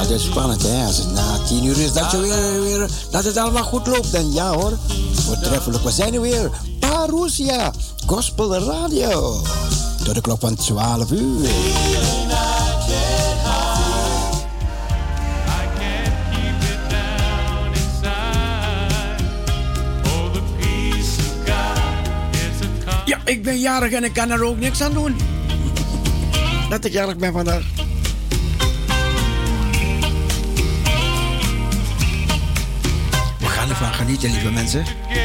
het is spannend, hè? Als het na 10 uur is, dat het allemaal goed loopt. En ja hoor, voortreffelijk. We zijn er weer. Parousia, Gospel Radio. Tot de klok van 12 uur. Ja, ik ben jarig en ik kan er ook niks aan doen. Dat ik jarig ben vandaag. We gaan ervan genieten, lieve mensen.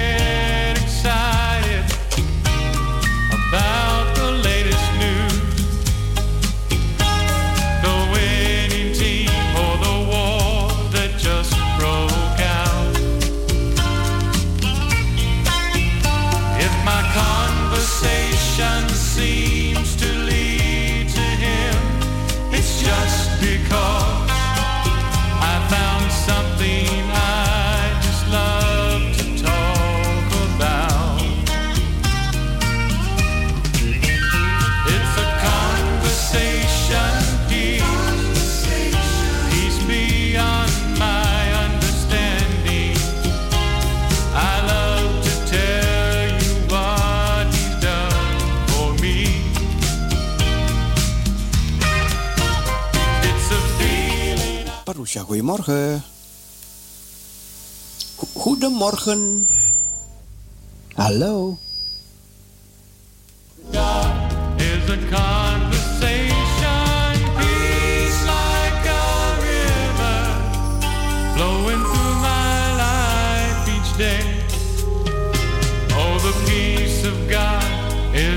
Seems to lead to him. It's just because I found something I just love to talk about. It's a conversation piece beyond my understanding. I love to tell you what he's done for me. It's a feeling. Parousia, goedemorgen. Goedemorgen. Hallo. God is a conversation piece like a river flowing through my life each day. Oh, the peace of God is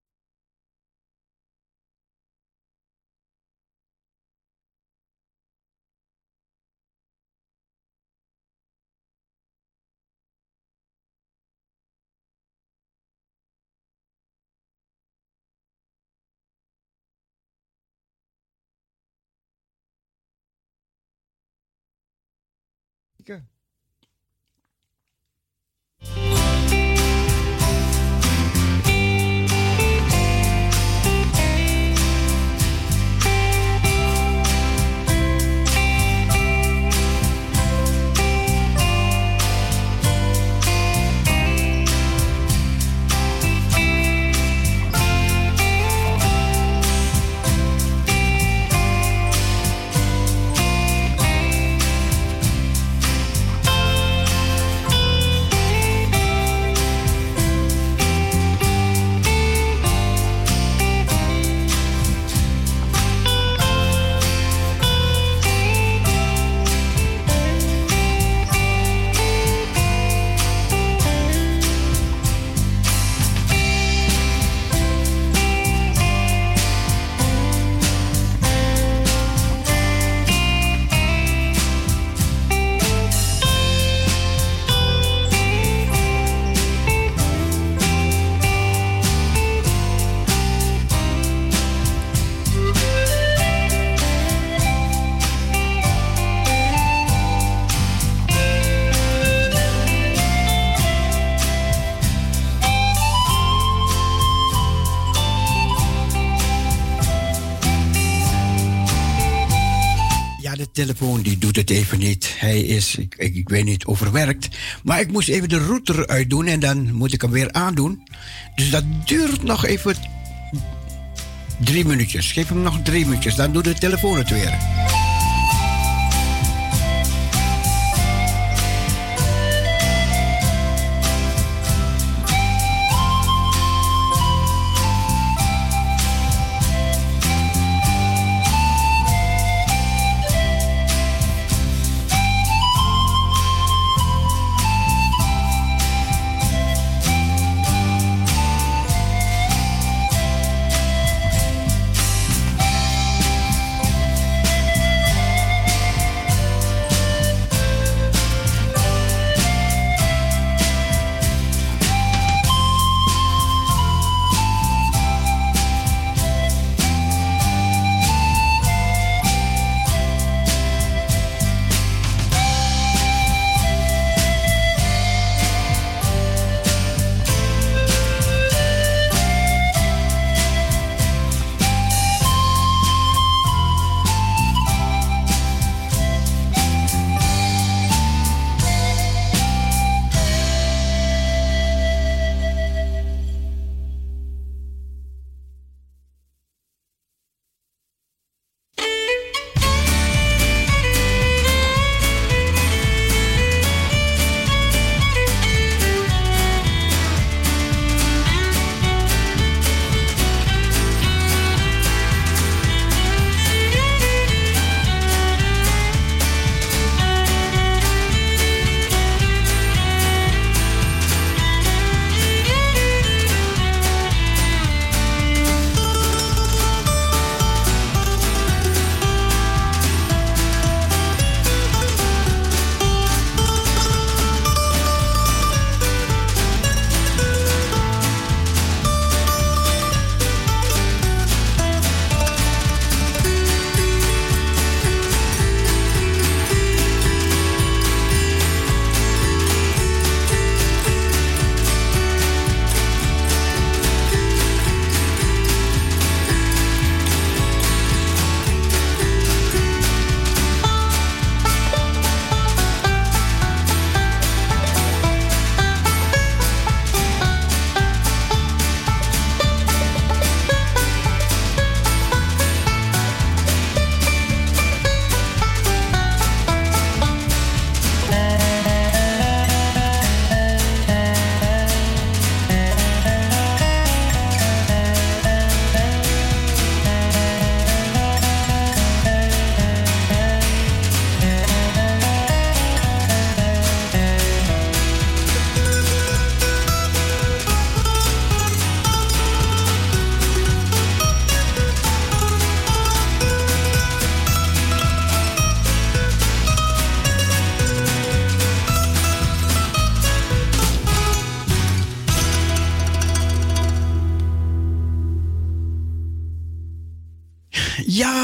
telefoon die doet het even niet. Hij is, ik weet niet, overwerkt. Maar ik moest even de router uitdoen en dan moet ik hem weer aandoen. Dus dat duurt nog even 3 minuutjes. Geef hem nog 3 minuutjes, dan doet de telefoon het weer.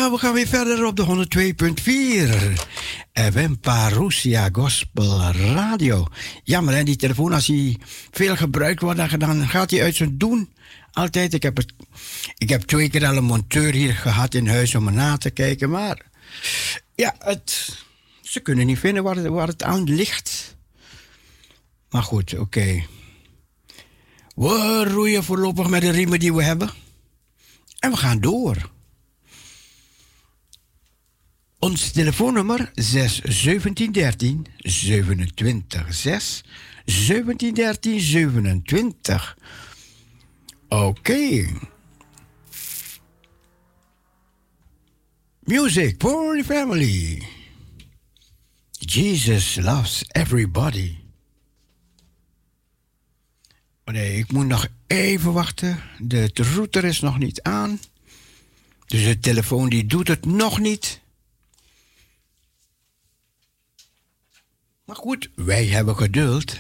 Ja, we gaan weer verder op de 102.4 FM Parousia Gospel Radio. Jammer, hè, die telefoon, als die veel gebruikt wordt, dan gaat hij uit zijn doen. Altijd, ik heb 2 keer al een monteur hier gehad in huis om er na te kijken, maar ja, ze kunnen niet vinden waar het aan ligt. Maar goed, oké. We roeien voorlopig met de riemen die we hebben. En we gaan door. Ons telefoonnummer 6 17 13 27 6 17 13 27. Oké. Music for the family. Jesus loves everybody. Oh nee, ik moet nog even wachten. De router is nog niet aan. Dus de telefoon die doet het nog niet. Maar goed, wij hebben geduld.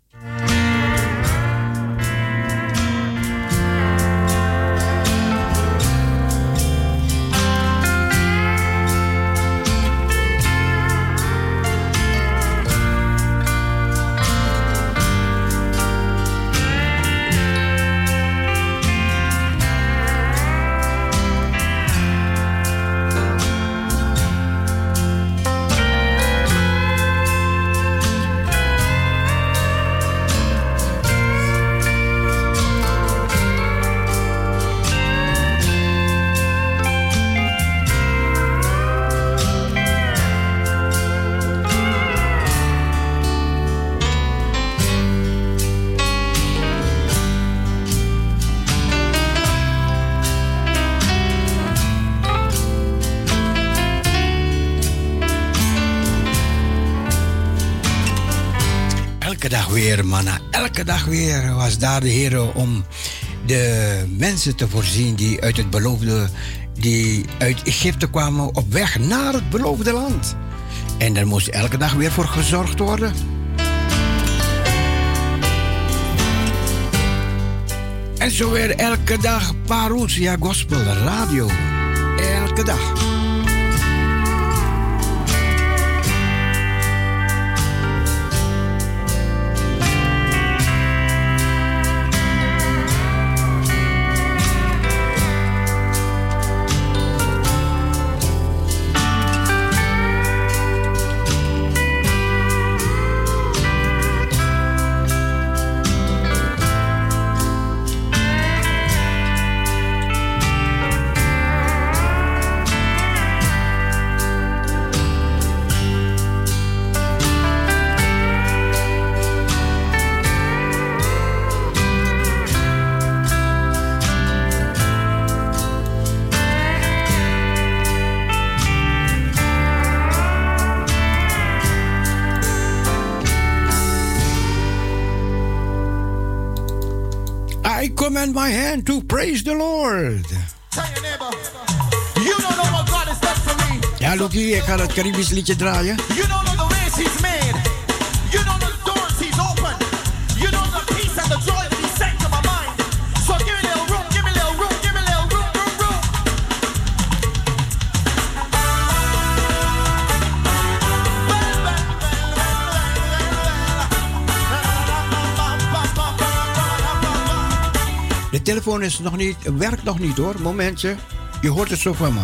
Elke dag weer was daar de Heer om de mensen te voorzien die die uit Egypte kwamen op weg naar het beloofde land. En daar moest elke dag weer voor gezorgd worden. En zo weer elke dag Parousia Gospel Radio. Elke dag. Command my hand to praise the Lord. Tell your neighbor, you don't know what God has done for me. Ja, Loekie, ik ga het Caribisch liedje draaien. You don't know the ways He's made. You don't know the doors He's opened. You don't know the peace and the joy that He sent to my mind. So give me a little room, give me a little room, give me a little room. De telefoon is nog niet, werkt nog niet hoor. Momentje, je hoort het zo van me.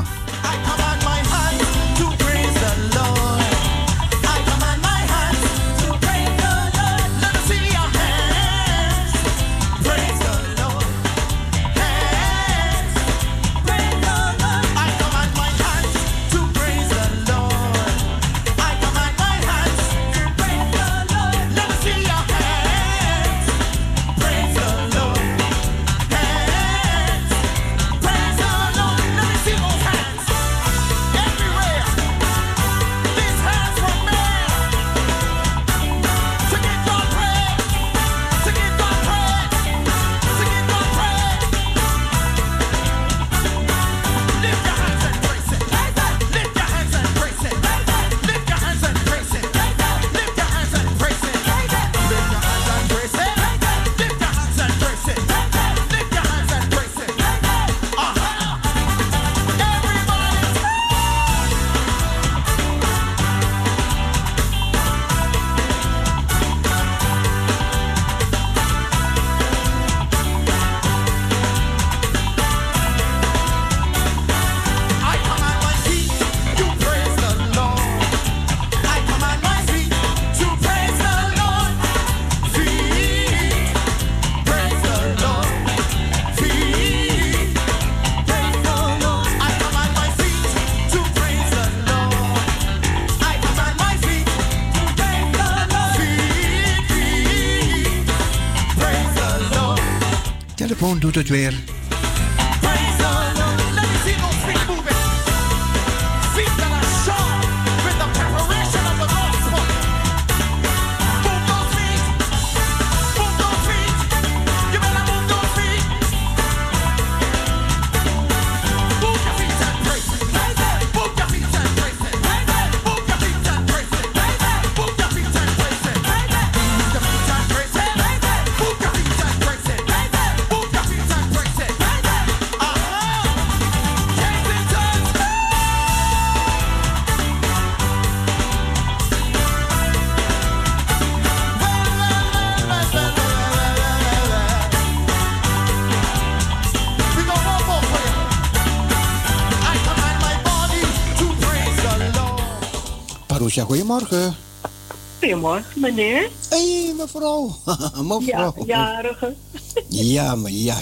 Praise the Lord. telefoon doet het weer. Praise the Lord. Let me see those feet moving. Feet that are sharp with the preparation of the gospel. Move those feet. Move those feet. You better move those feet. Move your feet and praise it. Move your feet and praise it. Move your feet and praise it. Move your feet and praise it. Move your feet and praise it. Move your feet and praise it. Move your feet and praise it. We go one more for you. I command my body to praise the Lord. Parousia, goedemorgen. Goedemorgen, meneer. Hé, mevrouw. Ja, Mevrouw. jarige. Ja, maar ja.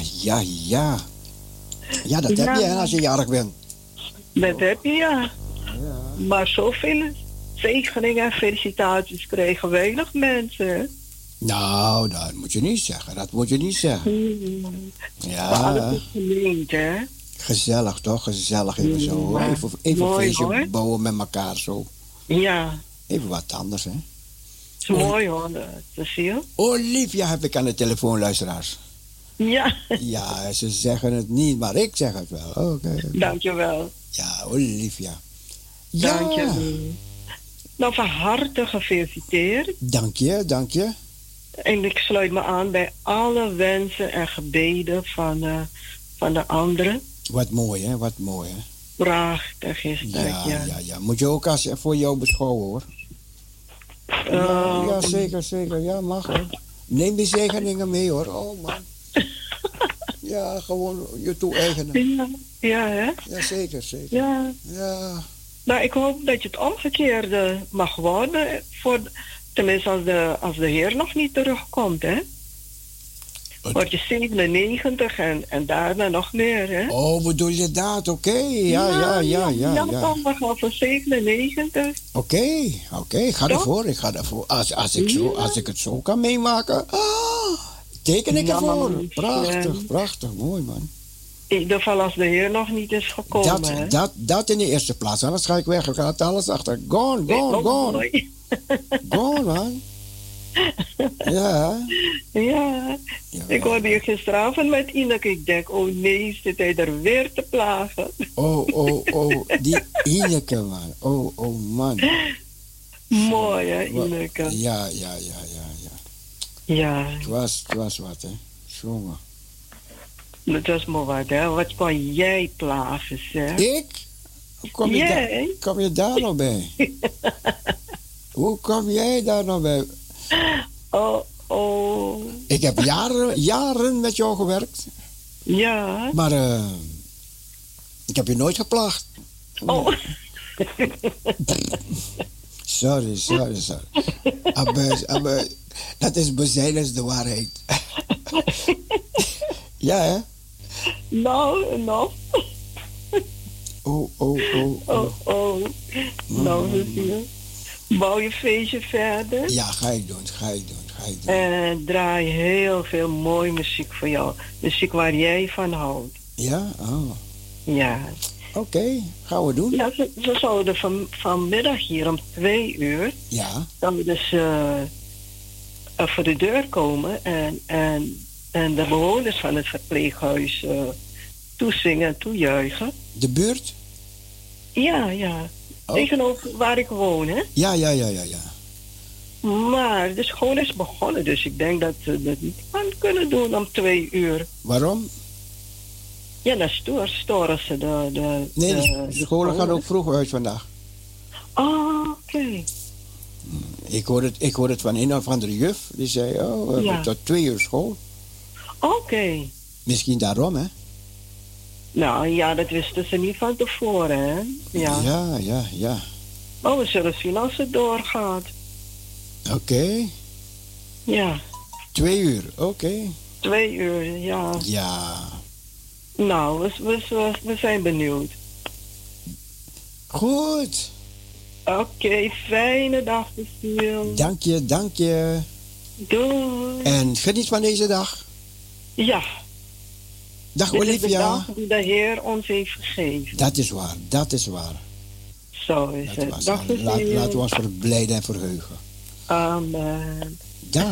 Ja, dat heb je hè, als je jarig bent. Dat heb je, ja. Maar zoveel zegeningen en felicitaties kregen weinig mensen. Hè? Nou, dat moet je niet zeggen. Dat moet je niet zeggen. Maar alles Ja, is gemeend, hè. gezellig toch? Gezellig even zo. Hoor. Even een Mooi, feestje hoor. bouwen met elkaar zo. Ja, Even wat anders, hè. het is mooi hoor, te zien. Olivia heb ik aan de telefoon, luisteraars. Ja, Ja, ze zeggen het niet, maar ik zeg het wel. Oké. dankjewel. Ja, Olivia. Ja, Dankjewel. Nou, van harte gefeliciteerd. dank je. En ik sluit me aan bij alle wensen en gebeden van de anderen. Wat mooi, hè? Prachtig is dat, ja. Ja. Moet je ook als voor jou beschouwen, hoor. Ja, zeker. Ja, mag, hoor. Neem die zegeningen mee, hoor. Oh, man. Ja, gewoon je toe-eigenen. Ja, hè? Ja, zeker. Ja. Ja. Nou, ik hoop dat je het omgekeerde mag worden. Tenminste, als de Heer nog niet terugkomt, hè? Word je 97 en daarna nog meer, hè? Oh, bedoel je dat? Oké. Ja. Dan komen we gaan voor 97. Oké. Ik ga ervoor. Als ik het zo kan meemaken, teken ik Ja, ervoor. man. Prachtig. Mooi, man. In ieder geval als de Heer nog niet is gekomen, hè? Dat in de eerste plaats. Anders ga ik weg. Ik ga alles achter. Gone. Mooi. Gone, man. Ja. Ja. Ik hoorde je gisteravond met Ineke. Ik denk, oh nee, zit hij er weer te plagen. Oh. Die Ineke, man. Oh, man. Mooi, hè, Ineke? Ja. Ja, Het was wat, hè. Jongen. dat was maar wat, hè? Wat kon jij plagen, zeg? Ik? Hoe kom je daar nog bij? Hoe kom jij daar nog bij? Oh. Ik heb jaren met jou gewerkt. Ja. Maar ik heb je nooit geplaagd. Oh. Sorry. Aber dat is bezijdens de waarheid. Ja, hè? Nou. Oh. Nou, zie je. Bouw je feestje verder. Ja, ga ik doen. En draai heel veel mooie muziek voor jou. Muziek waar jij van houdt. Ja? Oh. Ja. Oké, gaan we doen. Ja, ze zouden vanmiddag hier om 2:00... Ja. dan dus voor de deur komen en de bewoners van het verpleeghuis toezingen en toejuichen. De buurt? Ja. Oh. Tegenover waar ik woon, hè. Ja. Maar de school is begonnen, dus ik denk dat ze dat niet kunnen doen om 2:00. Waarom? Ja, dan storen ze de De scholen gaan ook vroeg uit vandaag. Oké. Ik hoor het van een of andere juf. Die zei, we hebben tot 2:00 school. Oké. Misschien daarom, hè? Nou ja, dat wisten ze niet van tevoren, hè? Ja. Maar we zullen zien als het doorgaat. Oké. Ja. 2:00, oké. 2:00, ja. Ja. Nou, we zijn benieuwd. Goed. Oké, fijne dag, Cecile. Dank je. Doei. En geniet van deze dag. Ja, Dag Dit is de Olivia. dag die de Heer ons heeft gegeven. Dat is waar, dat is waar. Zo is Dat het. was Dag waar. Laten we ons verblijden en verheugen. Amen. Dag.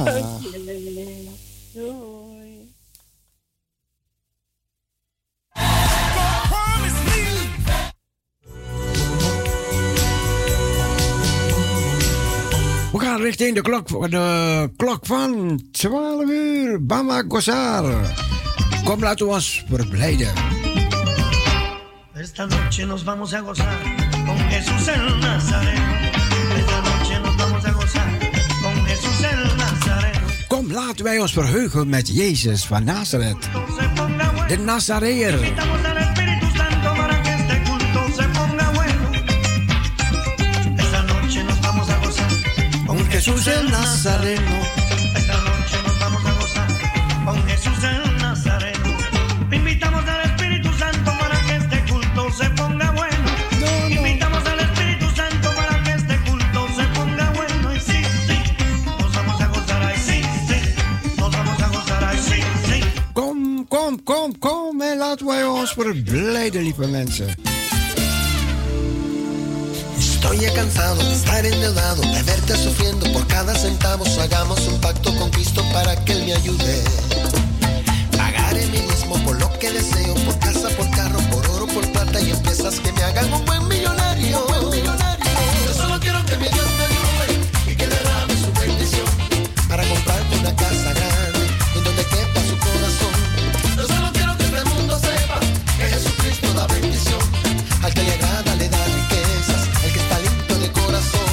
Doei. We gaan richting de klok van 12 uur. Bama Gozar. Kom, laten we ons verblijden. Esta noche nos vamos a gozar con Jesús el Nazareno. Esta noche nos vamos a gozar con Jesús el Nazareno. Kom, laten wij ons verheugen met Jezus van Nazareth. Se ponga bueno. De Nazareër. Invitamos al Espíritu Santo para que este culto se ponga bueno. Esta noche nos vamos a gozar con Jesús el Nazareno. Esta noche nos vamos a gozar con Jesús el Nazareno. Invitamos al Espíritu Santo para que este culto se ponga bueno. Invitamos al Espíritu Santo para que este culto se ponga bueno. Y sí, sí, nos vamos a gozar ahí, sí, sí. Nos vamos a gozar ahí, sí, sí. Kom en laten wij ons verblijden, lieve mensen. Estoy cansado de estar endeudado, de verte sufriendo por cada centavo. Hagamos un pacto con Cristo para que Él me ayude. Pagaré mi mismo por lo que deseo, por casa, por carro, por oro, por plata y empresas que me hagan un buen millonario. Yo solo quiero que mi Dios me ayude y que derrame su bendición para comprarme una casa grande en donde quepa su corazón. Yo solo quiero que este mundo sepa que Jesucristo da bendición. Al que le agrada le da riquezas, al que está limpio de corazón.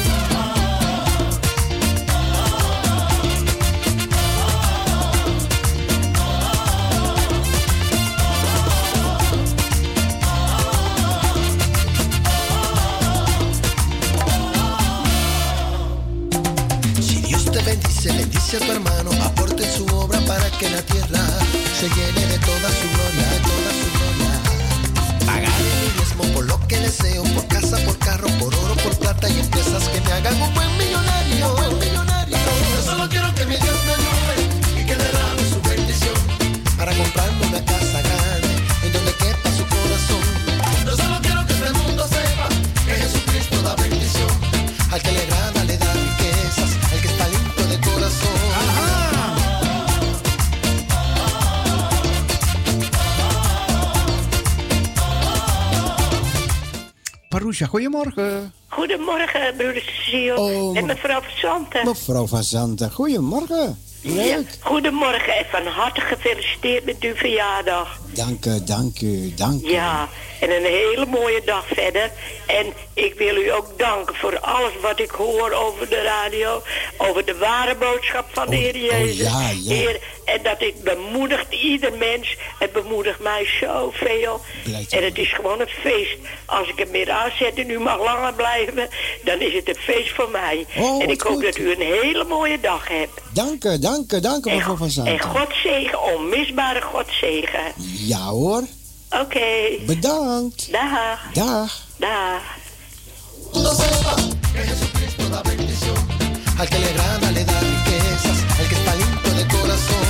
Si Dios te bendice, bendice a tu hermano, aporte su obra para que la tierra se llene de toda su gloria, de toda su gloria. Pagaré mi diezmo por lo que deseo, por casa, por carro, por oro, por plata y empresas que me hagan un buen millonario. Yo solo quiero que mi Dios me ayude y que derrame su bendición para comprarme una casa grande en donde quepa su corazón. Yo solo quiero que este mundo sepa que Jesucristo da bendición. Al que le agrada le da riquezas, al que está limpio de corazón. Marusha, goedemorgen. Goedemorgen, broeder Cecile Oh, en mevrouw van Zanten. Mevrouw van Zanten, goedemorgen. Ja, Leuk. goedemorgen en van harte gefeliciteerd met uw verjaardag. Dank u, dank u, dank u. Ja, en een hele mooie dag verder. En ik wil u ook danken voor alles wat ik hoor over de radio. Over de ware boodschap van de Heer Jezus. ja, ja. Heer, en dat het bemoedigt ieder mens. Het bemoedigt mij zoveel. Blij te En het is gewoon een feest. Als ik het weer aanzet en u mag langer blijven, dan is het een feest voor mij. Oh, en ik wat hoop goed. dat u een hele mooie dag hebt. Dank u, dank u, dank u, mevrouw van En Zanten. God zegen, onmisbare God zegen. Ja hoor, Oké. bedankt. Dag. Dag. Dag. No sepa que Jesucristo da bendición. Al que le agrada le da riquezas, al que está limpio de corazón.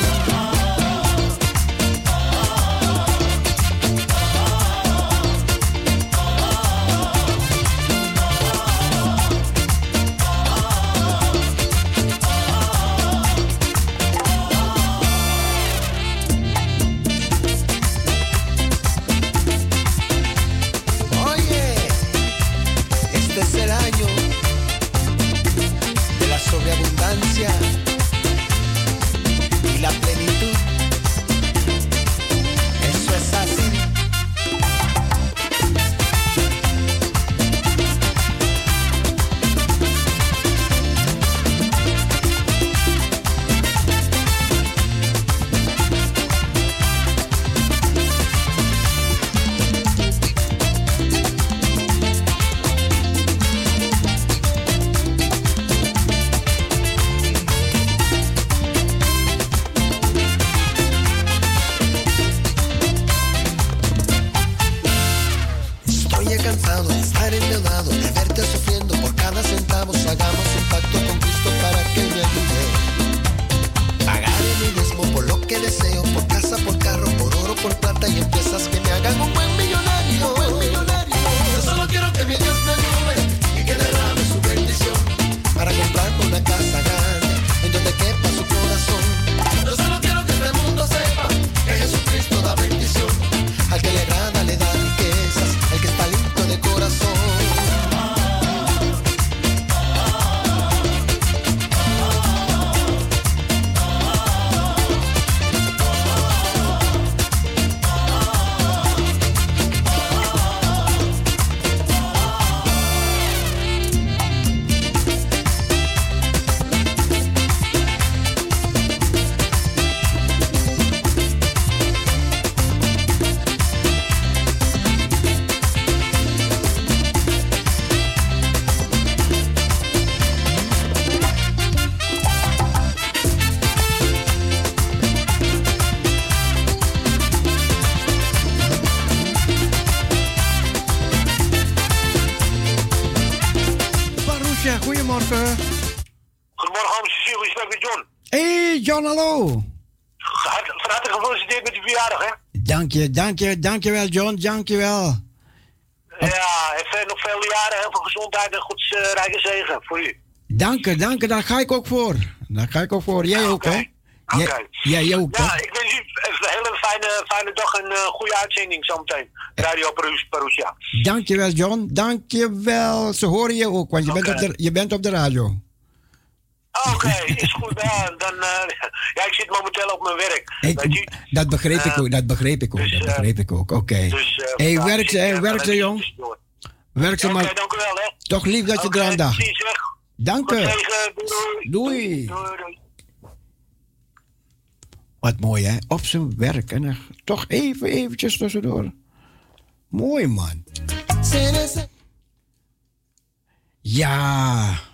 Oye, este es el año de la sobreabundancia. Goedemorgen, Cecile. Je spreekt met John. Hey, John, hallo. Van harte gefeliciteerd met de verjaardag, hè? Dankjewel, John, dankjewel. Ja, even nog vele jaren, heel veel gezondheid en Gods rijke zegen voor u. Dank je, daar ga ik ook voor. Jij ook, hè? Oké. Jij ook, hè? Ja, ik wens u een hele fijne dag en goede uitzending zometeen. Radio Perusia. Dankjewel, John. Dankjewel. Ze horen je ook, want je bent op de radio. Oké, is goed. Ja, dan, ja, ik zit momenteel op mijn werk. Weet je? Dat begreep ik ook. Oké. Dus, werk ze, jong. Werk ze maar. Oké, dank u wel, hè. Toch lief dat je eraan dacht. Dank u. Doei. Wat mooi, hè? Op zijn werk. En toch eventjes tussendoor. Mooi, man. Ja.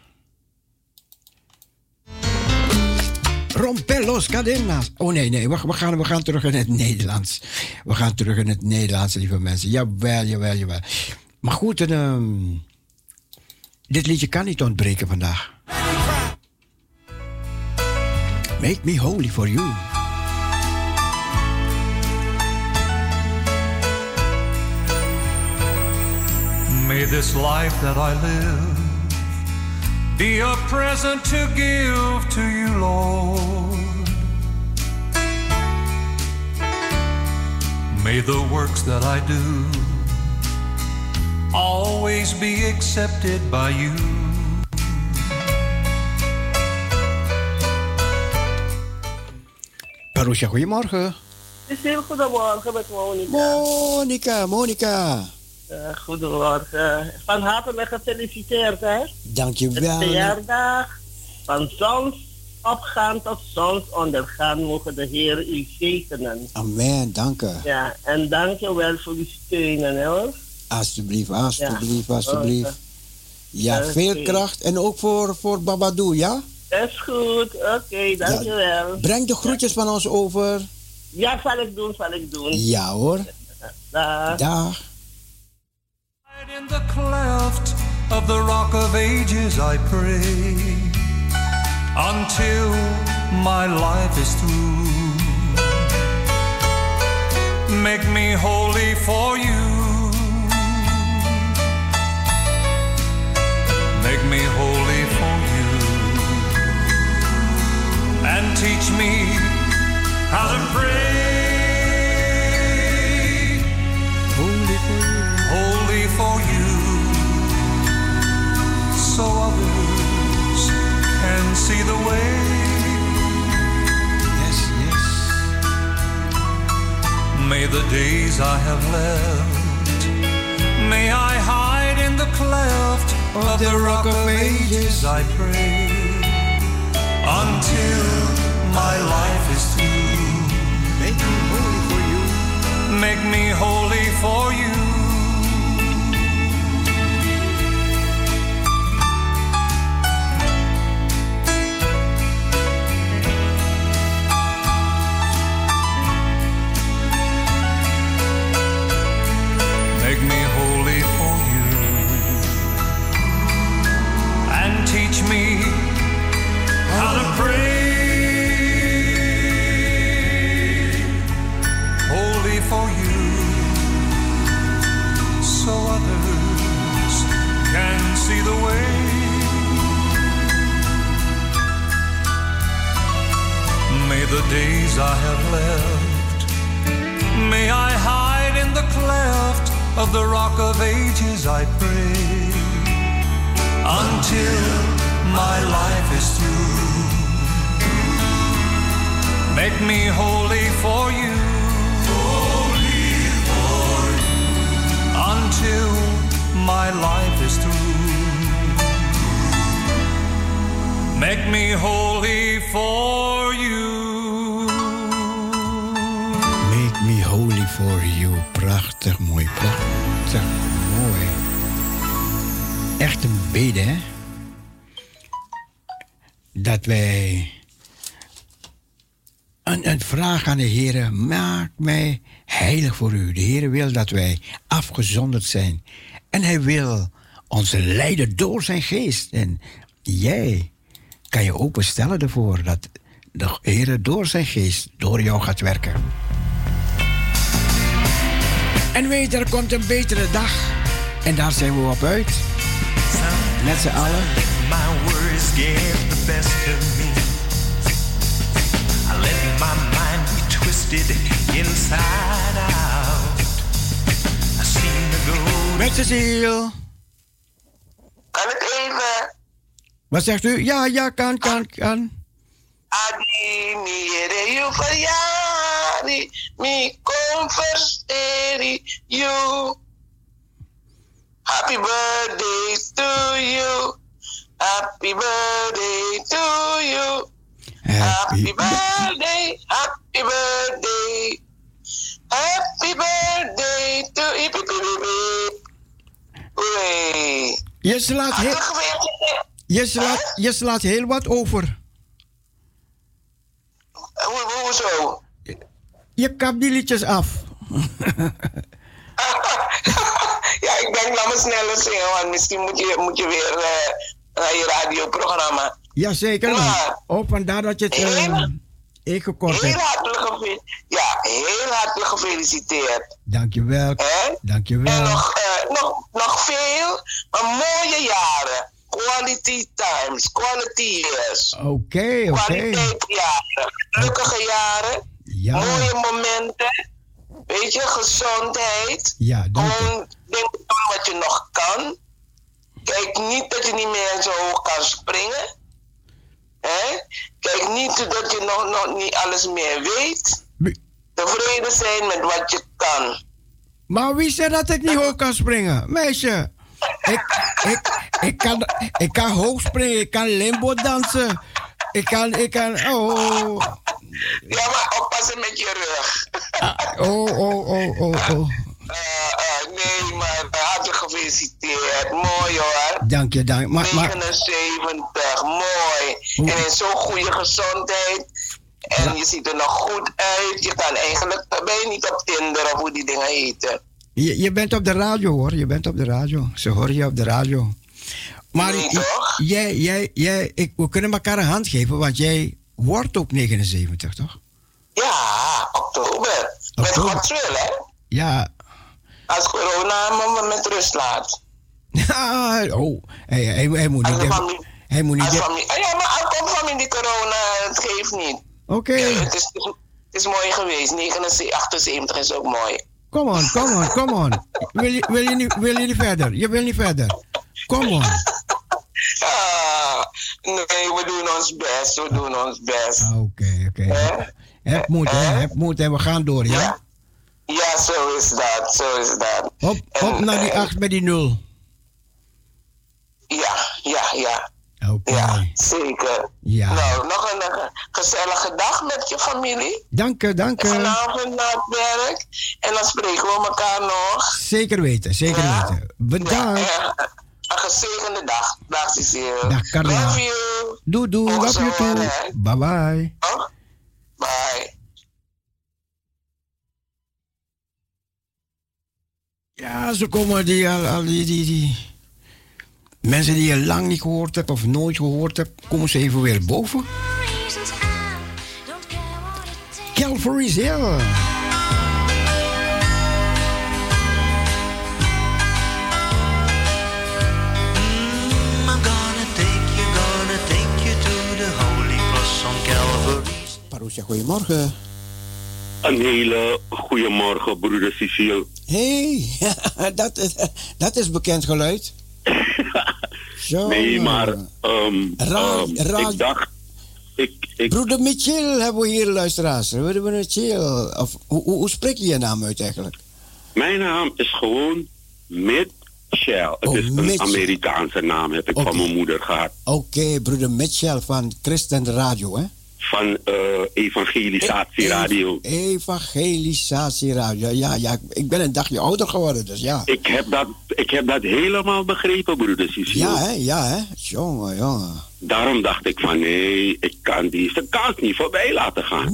Rompelos cadenas. Oh nee, we gaan terug in het Nederlands. We gaan terug in het Nederlands, lieve mensen. Jawel. Maar goed, dit liedje kan niet ontbreken vandaag. Make me holy for you. May this life that I live be a present to give to you, Lord. May the works that I do always be accepted by you. Parousia, goedemorgen. Het is heel goedemorgen met Monica. Monica. Goedemorgen. Van harte gefeliciteerd, hè? Dankjewel. De verjaardag van zonsopgaan tot zonsondergaan mogen de Heer u zegenen. Amen, dank u. Ja, en dankjewel voor uw steunen, hoor. Alsjeblieft. Ja, veel kracht en ook voor Babadou, ja? Dat is goed, oké, dankjewel. Ja, breng de groetjes van ons over. Ja, zal ik doen. Ja hoor. Dag. In the cleft of the rock of ages I pray, until my life is through. Make me holy for you. Make me holy for you. And teach me how to pray. Holy for you, so others can see the way. Yes. May the days I have left, may I hide in the cleft of the rock of ages, I pray, until my life is through. Make me holy for you. Make me holy for you. Make me holy for you. And teach me how to pray. Holy for you, so others can see the way. May the days I have left, may I hide in the cleft of the rock of ages, I pray, until my life is through. Make me holy for you. Until my life is through. Make me holy for you. Make me holy for you. Prachtig mooi. Echt een bede, hè? Dat wij een vraag aan de Heer, maak mij heilig voor u. De Heer wil dat wij afgezonderd zijn. En hij wil ons leiden door zijn geest. En jij kan je openstellen ervoor dat de Heer door zijn geest door jou gaat werken. En weet, er komt een betere dag. En daar zijn we op uit. Met z'n allen. My worries get the best of me. I let my mind be twisted inside out. I seem to go. Met Cecile. Kan ik even? Wat zegt u? Ja, kan. Adi mi ere fariari mi converseri you. Happy birthday to you. Happy birthday to you. Happy birthday, happy birthday. Happy birthday to you. Je slaat heel wat over. Hoezo? Je kapt die liedjes af. Ja, ik denk, laat me sneller zingen, want misschien moet je weer naar je radioprogramma. Jazeker. Vandaar dat je het ingekort hebt. Heel hartelijk gefeliciteerd. Dankjewel. Dankjewel. En nog veel, maar mooie jaren. Quality times, quality years. Oké. Kwaliteitsjaren, gelukkige jaren, ja. Mooie momenten, weet je, gezondheid. Ja, gewoon denk doen wat je nog kan. Kijk niet dat je niet meer zo hoog kan springen. Kijk niet dat je nog niet alles meer weet. Tevreden zijn met wat je kan. Maar wie zei dat ik niet hoog kan springen? Meisje, ik kan hoog springen, ik kan limbo dansen. Ik kan, oh. Ja, maar oppassen met je rug. Nee, maar hartelijk gefeliciteerd. Mooi hoor. Dank je. 79, mooi. En in zo'n goede gezondheid. En je ziet er nog goed uit. Je kan eigenlijk, ben je niet op Tinder of hoe die dingen heten. Je bent op de radio hoor, je bent op de radio. Ze horen je op de radio. Maar nee, toch? We kunnen elkaar een hand geven, want jij wordt ook 79, toch? Ja, oktober. Met Gods wil, hè? Ja. Als corona me met rust laat. Hij moet niet... Hij moet niet... Ja, maar er komt familie corona, het geeft niet. Oké. Het is mooi geweest. 78 is ook mooi. Come on. Wil je niet verder? Je wil niet verder. Come on. Nee, we doen ons best. Oké. Heb moed en we gaan door, ja? Ja, zo is dat. Op naar die 8 met die 0. Ja. Oké. Ja, zeker. Ja. Nou, nog een gezellige dag met je familie. Dank je. Vanavond na het werk. En dan spreken we elkaar nog. Zeker weten. Bedankt. Ja, een gezegende dag. Dag Cecile. Dag Carla. Love you. Doei. Love you too. Bye. Oh? Bye. Ja, zo komen die mensen die je lang niet gehoord hebt of nooit gehoord hebt, komen ze even weer boven. Calvary's Hill. I'm gonna take you to the holy cross on Calvary. Parousia, goedemorgen. Een hele goede morgen, broeder Cecile. Hey, dat is bekend geluid. Zo, nee, maar ik dacht... Broeder Mitchell hebben we hier, luisteraars. Broeder Mitchell. Of, hoe spreek je je naam uit eigenlijk? Mijn naam is gewoon Mitchell. Het is een Amerikaanse naam, heb ik van mijn moeder gehad. Oké, broeder Mitchell van Christen Radio, hè? Van Evangelisatieradio. Evangelisatieradio, ja. Ik ben een dagje ouder geworden, dus ja. Ik heb dat helemaal begrepen, broeder Cecile. Ja, hè. Jongen. Daarom dacht ik van, nee, ik kan deze kans niet voorbij laten gaan.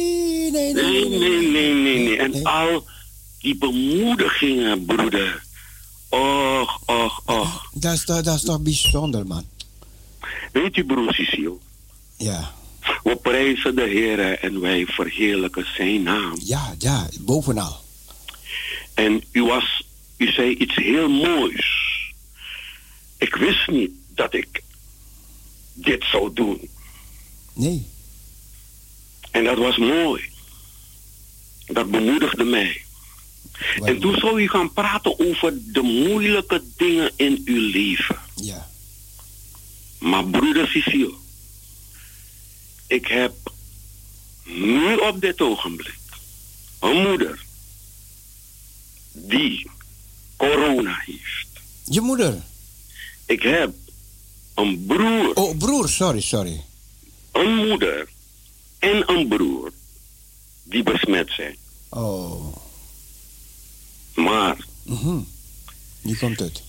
Nee. En al die bemoedigingen, broeder. Och. Dat is toch bijzonder, man. Weet u, broer Cecile? Ja. We prijzen de Heer en wij verheerlijken zijn naam. Ja, ja, bovenal. En u zei iets heel moois. Ik wist niet dat ik dit zou doen. Nee. En dat was mooi. Dat bemoedigde mij. En toen zou u gaan praten over de moeilijke dingen in uw leven. Ja. Maar broeder Cecile, ik heb nu op dit ogenblik een moeder die corona heeft. Je moeder? Ik heb een broer. Oh, broer, sorry. Een moeder en een broer die besmet zijn. Oh. Maar. Hier komt het.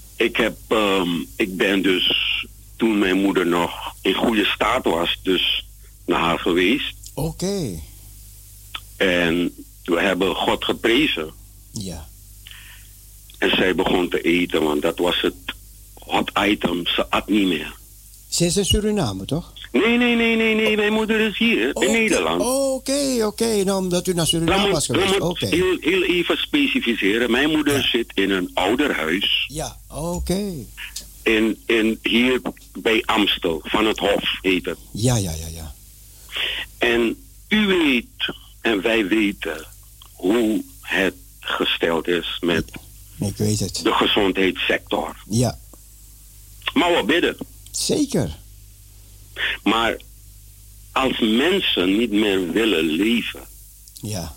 Ik ben dus, toen mijn moeder nog in goede staat was, dus naar haar geweest. Oké. En we hebben God geprezen. Ja. En zij begon te eten, want dat was het hot item. Ze at niet meer. Ze is in Suriname, toch? Nee. Mijn moeder is hier, in Nederland. Oké. Nou, omdat u naar Suriname was geweest. Oké. Heel even specificeren. Mijn moeder zit in een ouderhuis. Ja, oké. In hier bij Amstel, van het Hof heet het. Ja. En u weet, en wij weten, hoe het gesteld is met ik weet het. De gezondheidssector. Ja. Maar we bidden. Zeker. Maar als mensen niet meer willen leven, ja,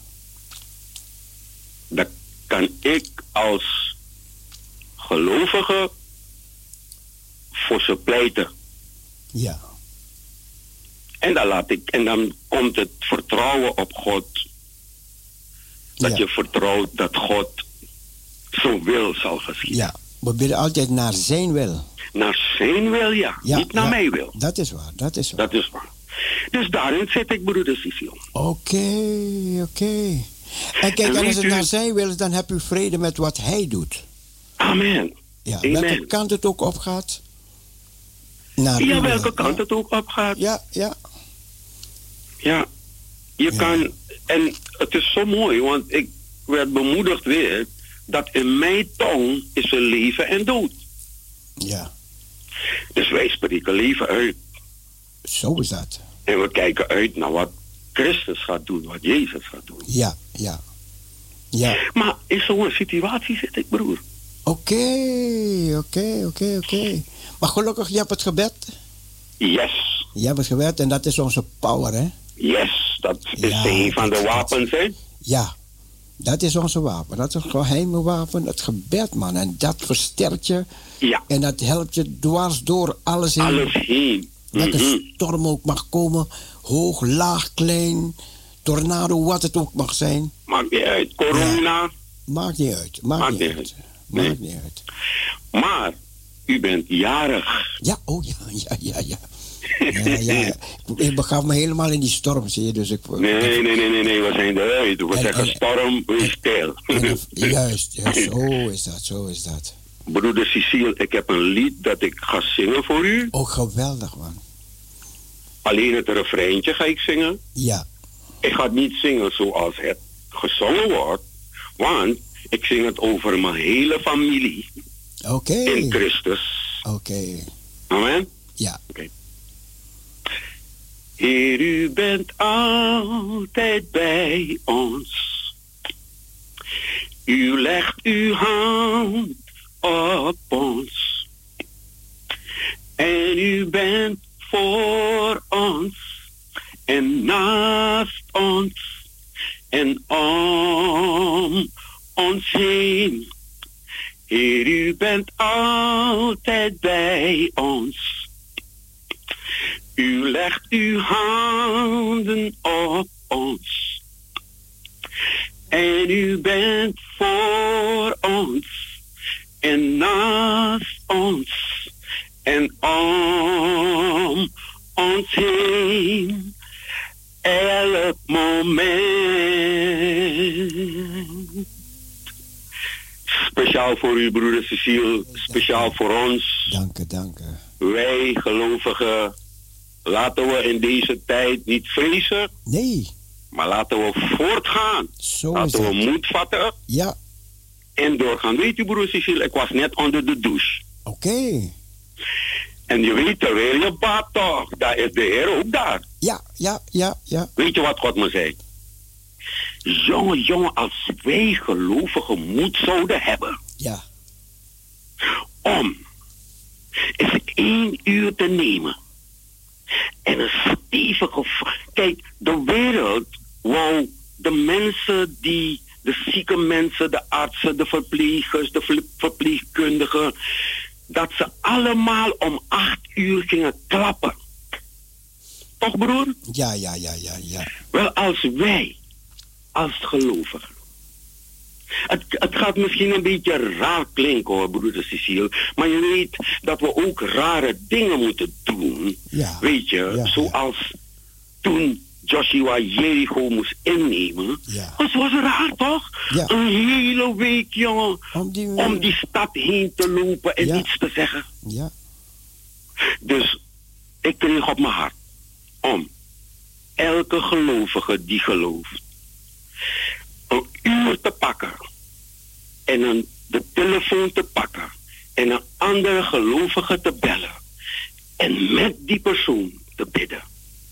dan kan ik als gelovige voor ze pleiten. Ja. En dan komt het vertrouwen op God. Dat je vertrouwt dat God zijn wil zal geschieden. Ja, we bidden altijd naar zijn wil. Naar zijn wil, ja. Niet naar mijn wil. Dat is waar. Dat is waar. Dus daarin zit ik, broeder Cecile. Oké. En kijk, en als het naar zijn wil is, dan heb u vrede met wat hij doet. Amen. Ja, Amen. welke kant het ook opgaat. Welke kant het ook opgaat. Ja. Ja, je kan... En het is zo mooi, want ik werd bemoedigd weer dat in mijn tong is er leven en dood. Ja. Dus wij spreken leven uit. Zo is dat. En we kijken uit naar wat Christus gaat doen, wat Jezus gaat doen. Ja. Maar in zo'n situatie zit ik, broer. Oké. Maar gelukkig, je hebt het gebed. Yes. Je hebt het gebed en dat is onze power, hè? Yes, dat is een van de wapens, hè? Ja, dat is onze wapen. Dat is een geheime wapen, het gebed, man. En dat versterkt je. Ja. En dat helpt je dwars door alles heen. Alles heen. Welke storm ook mag komen. Hoog, laag, klein. Tornado, wat het ook mag zijn. Maakt niet uit. Corona. Ja. Maakt niet uit. Maakt niet uit. Maar, u bent jarig. Ja, ja. Ik begaf me helemaal in die storm, zie je. Dus ik, nee, we zijn eruit. We zeggen storm, wees stil. Juist, zo is dat. Broeder Cecile, ik heb een lied dat ik ga zingen voor u. Oh, geweldig, man. Alleen het refreintje ga ik zingen. Ja. Ik ga het niet zingen zoals het gezongen wordt, want ik zing het over mijn hele familie. Oké. In Christus. Oké. Amen? Ja. Oké. Heer, u bent altijd bij ons. U legt uw hand op ons. En u bent voor ons en naast ons en om ons heen. Heer, u bent altijd bij ons. U legt uw handen op ons. En u bent voor ons en naast ons en om ons heen. Elk moment. Speciaal voor u, broeder Cecile. Speciaal voor ons. Dank u. wij gelovigen, laten we in deze tijd niet vrezen. Nee. Maar laten we voortgaan. Zo laten we moed vatten. Ja. En doorgaan. Weet u, broer Cecile, ik was net onder de douche. Oké. En je weet, terwijl je bad toch, daar is de Heer ook daar. Ja. Weet je wat God me zei? Jongen, als wij gelovigen moed zouden hebben. Ja. Om eens 1 uur te nemen. En een stevige... Kijk, de wereld wou de mensen die... De zieke mensen, de artsen, de verplegers, de verpleegkundigen... dat ze allemaal om 8 uur gingen klappen. Toch, broer? Ja. Wel, als wij, als gelovigen... Het gaat misschien een beetje raar klinken hoor, broeder Cecile. Maar je weet dat we ook rare dingen moeten doen. Ja. Weet je, zoals toen Joshua Jericho moest innemen. Ja. Dat was raar toch? Ja. Een hele week, jongen. Om die stad heen te lopen en iets te zeggen. Ja. Dus ik kreeg op mijn hart om elke gelovige die gelooft een uur te pakken en de telefoon te pakken en een andere gelovige te bellen en met die persoon te bidden.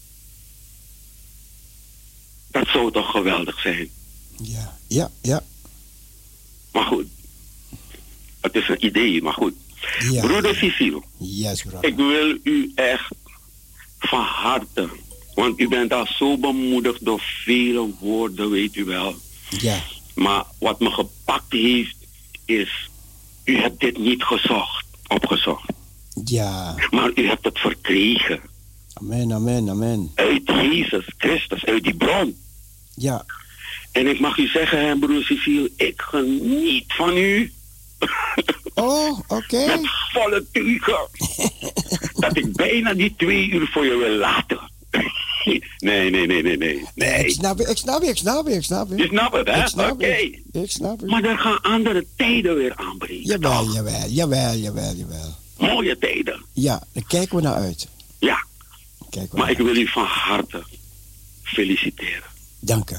Dat zou toch geweldig zijn? Ja. Maar goed, het is een idee, maar goed. Ja. Broeder Cecile, yes, brother. Ik wil u echt van harte, want u bent al zo bemoedigd door vele woorden, weet u wel. Ja. Maar wat me gepakt heeft, is, u hebt dit niet opgezocht. Ja. Maar u hebt het verkregen. Amen. Uit Jezus Christus, uit die bron. Ja. En ik mag u zeggen, hè, broer Cecile, ik geniet van u. Oh, oké. Met volle teugen. Dat ik bijna die 2 uur voor je wil laten. Nee. Ik snap je. Je snapt het, hè? Oké. Ik snap het. Maar er gaan andere tijden weer aanbreken. Jawel. Mooie tijden. Ja, daar kijken we naar uit. Ja. Maar ik wil u van harte feliciteren. Dank u.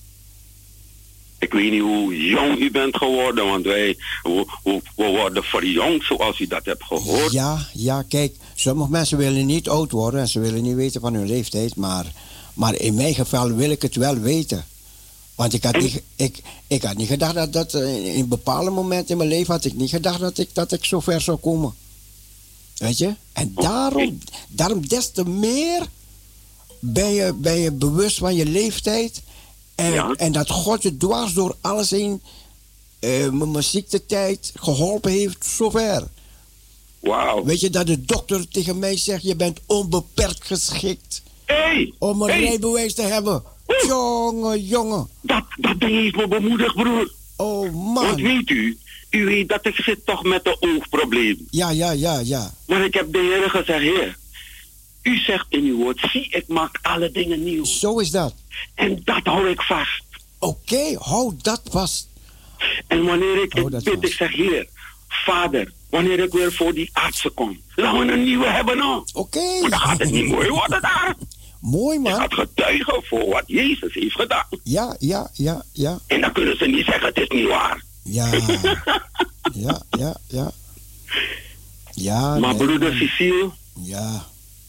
Ik weet niet hoe jong u bent geworden, want we worden verjongd zoals u dat hebt gehoord. Ja, kijk, sommige mensen willen niet oud worden en ze willen niet weten van hun leeftijd, maar in mijn geval wil ik het wel weten. Want ik had niet gedacht dat in een bepaald moment in mijn leven had ik niet gedacht dat ik zo ver zou komen. Weet je? En daarom des te meer ben je bewust van je leeftijd. En dat God je dwars door alles heen mijn ziektetijd geholpen heeft zover. Wauw. Weet je dat de dokter tegen mij zegt, je bent onbeperkt geschikt om een rijbewijs te hebben. Jongen. Dat heeft me bemoedigd, broer. Oh man. Want weet u weet dat ik zit toch met een oogprobleem. Ja. Maar ik heb de Heer gezegd, Heer, u zegt in uw woord, zie, ik maak alle dingen nieuw. Zo is dat. En dat hou ik vast. Oké, hou dat vast. En wanneer ik bid, ik zeg, Heer, Vader, wanneer ik weer voor die artsen kom, laten we een nieuwe hebben nou. Oké. Maar dan gaat het niet mooi worden daar. Mooi man. Je gaat getuigen voor wat Jezus heeft gedaan. Ja. En dan kunnen ze niet zeggen, het is niet waar. Ja. Maar broeder Cecile. Ja.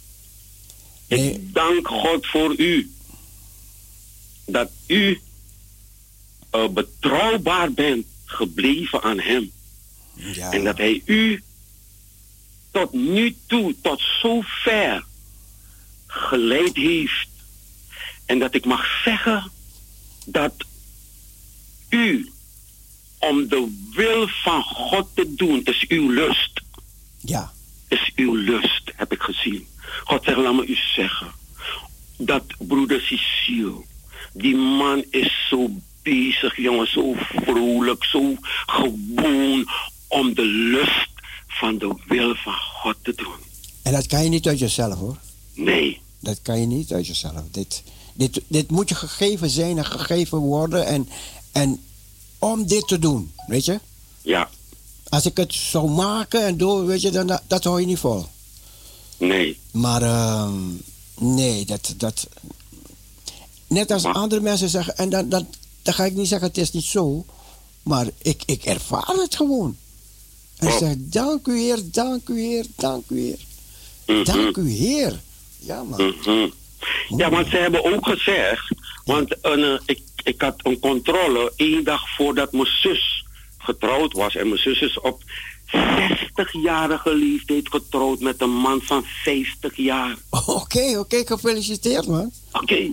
Ik dank God voor u. Dat u betrouwbaar bent gebleven aan hem. Ja. En dat hij u tot nu toe, tot zover geleid heeft. En dat ik mag zeggen dat u, om de wil van God te doen, is uw lust. Ja. Is uw lust, heb ik gezien. God zegt, laat me u zeggen, dat broeder Cecile, die man is zo bezig, jongen, zo vrolijk, zo gewoon om de lust van de wil van God te doen. En dat kan je niet uit jezelf, hoor. Nee. Dat kan je niet uit jezelf. Dit moet je gegeven zijn en gegeven worden en om dit te doen, weet je? Ja. Als ik het zou maken en door, weet je, dan dat hou je niet vol. Nee. Maar nee, dat... Net als andere mensen zeggen, en dan ga ik niet zeggen, het is niet zo. Maar ik ervaar het gewoon. En ik zeg, dank u Heer, dank u Heer, dank u Heer. Dank u Heer. Ja, man. Ja, want ze hebben ook gezegd, want ik had een controle 1 dag voordat mijn zus getrouwd was. En mijn zus is op 60-jarige leeftijd getrouwd met een man van 50 jaar. Oké, gefeliciteerd, man. Oké.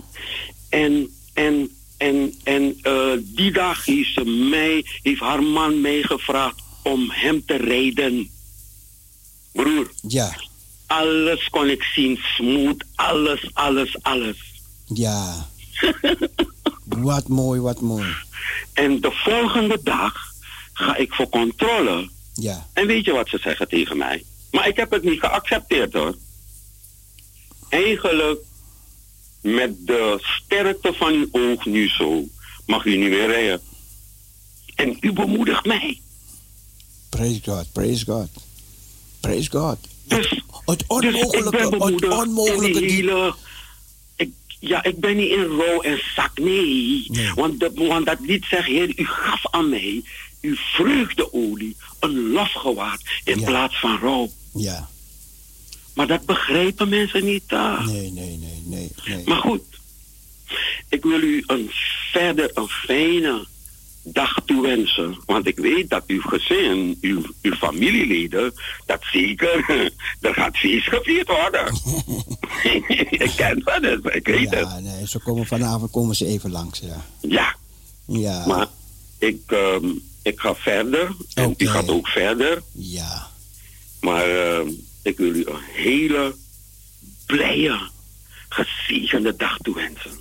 En die dag heeft haar man mij gevraagd om hem te rijden. Broer. Ja. Alles kon ik zien, smooth, alles. Ja. Wat mooi. En de volgende dag ga ik voor controle. Ja. En weet je wat ze zeggen tegen mij? Maar ik heb het niet geaccepteerd, hoor. Eigenlijk, met de sterkte van uw oog nu zo, mag u niet meer rijden. En u bemoedigt mij. Praise God. Dus, het onmogelijke. Ik ben niet in rouw en zak, nee. Want dat lied zegt, Heer, u gaf aan mij uw vreugdeolie, een lofgewaad in plaats van rouw. Ja. Maar dat begrijpen mensen niet daar. Nee. Maar goed, ik wil u verder een fijne dag toewensen. Want ik weet dat uw gezin, uw familieleden, dat zeker, er gaat feest gevierd worden. Ik ken dat, dus, ik weet het. Ja, nee, vanavond komen ze even langs, ja. Ja. Maar ik ga verder en u gaat ook verder. Ja. Maar ik wil u een hele blije, gezegende dag toewensen.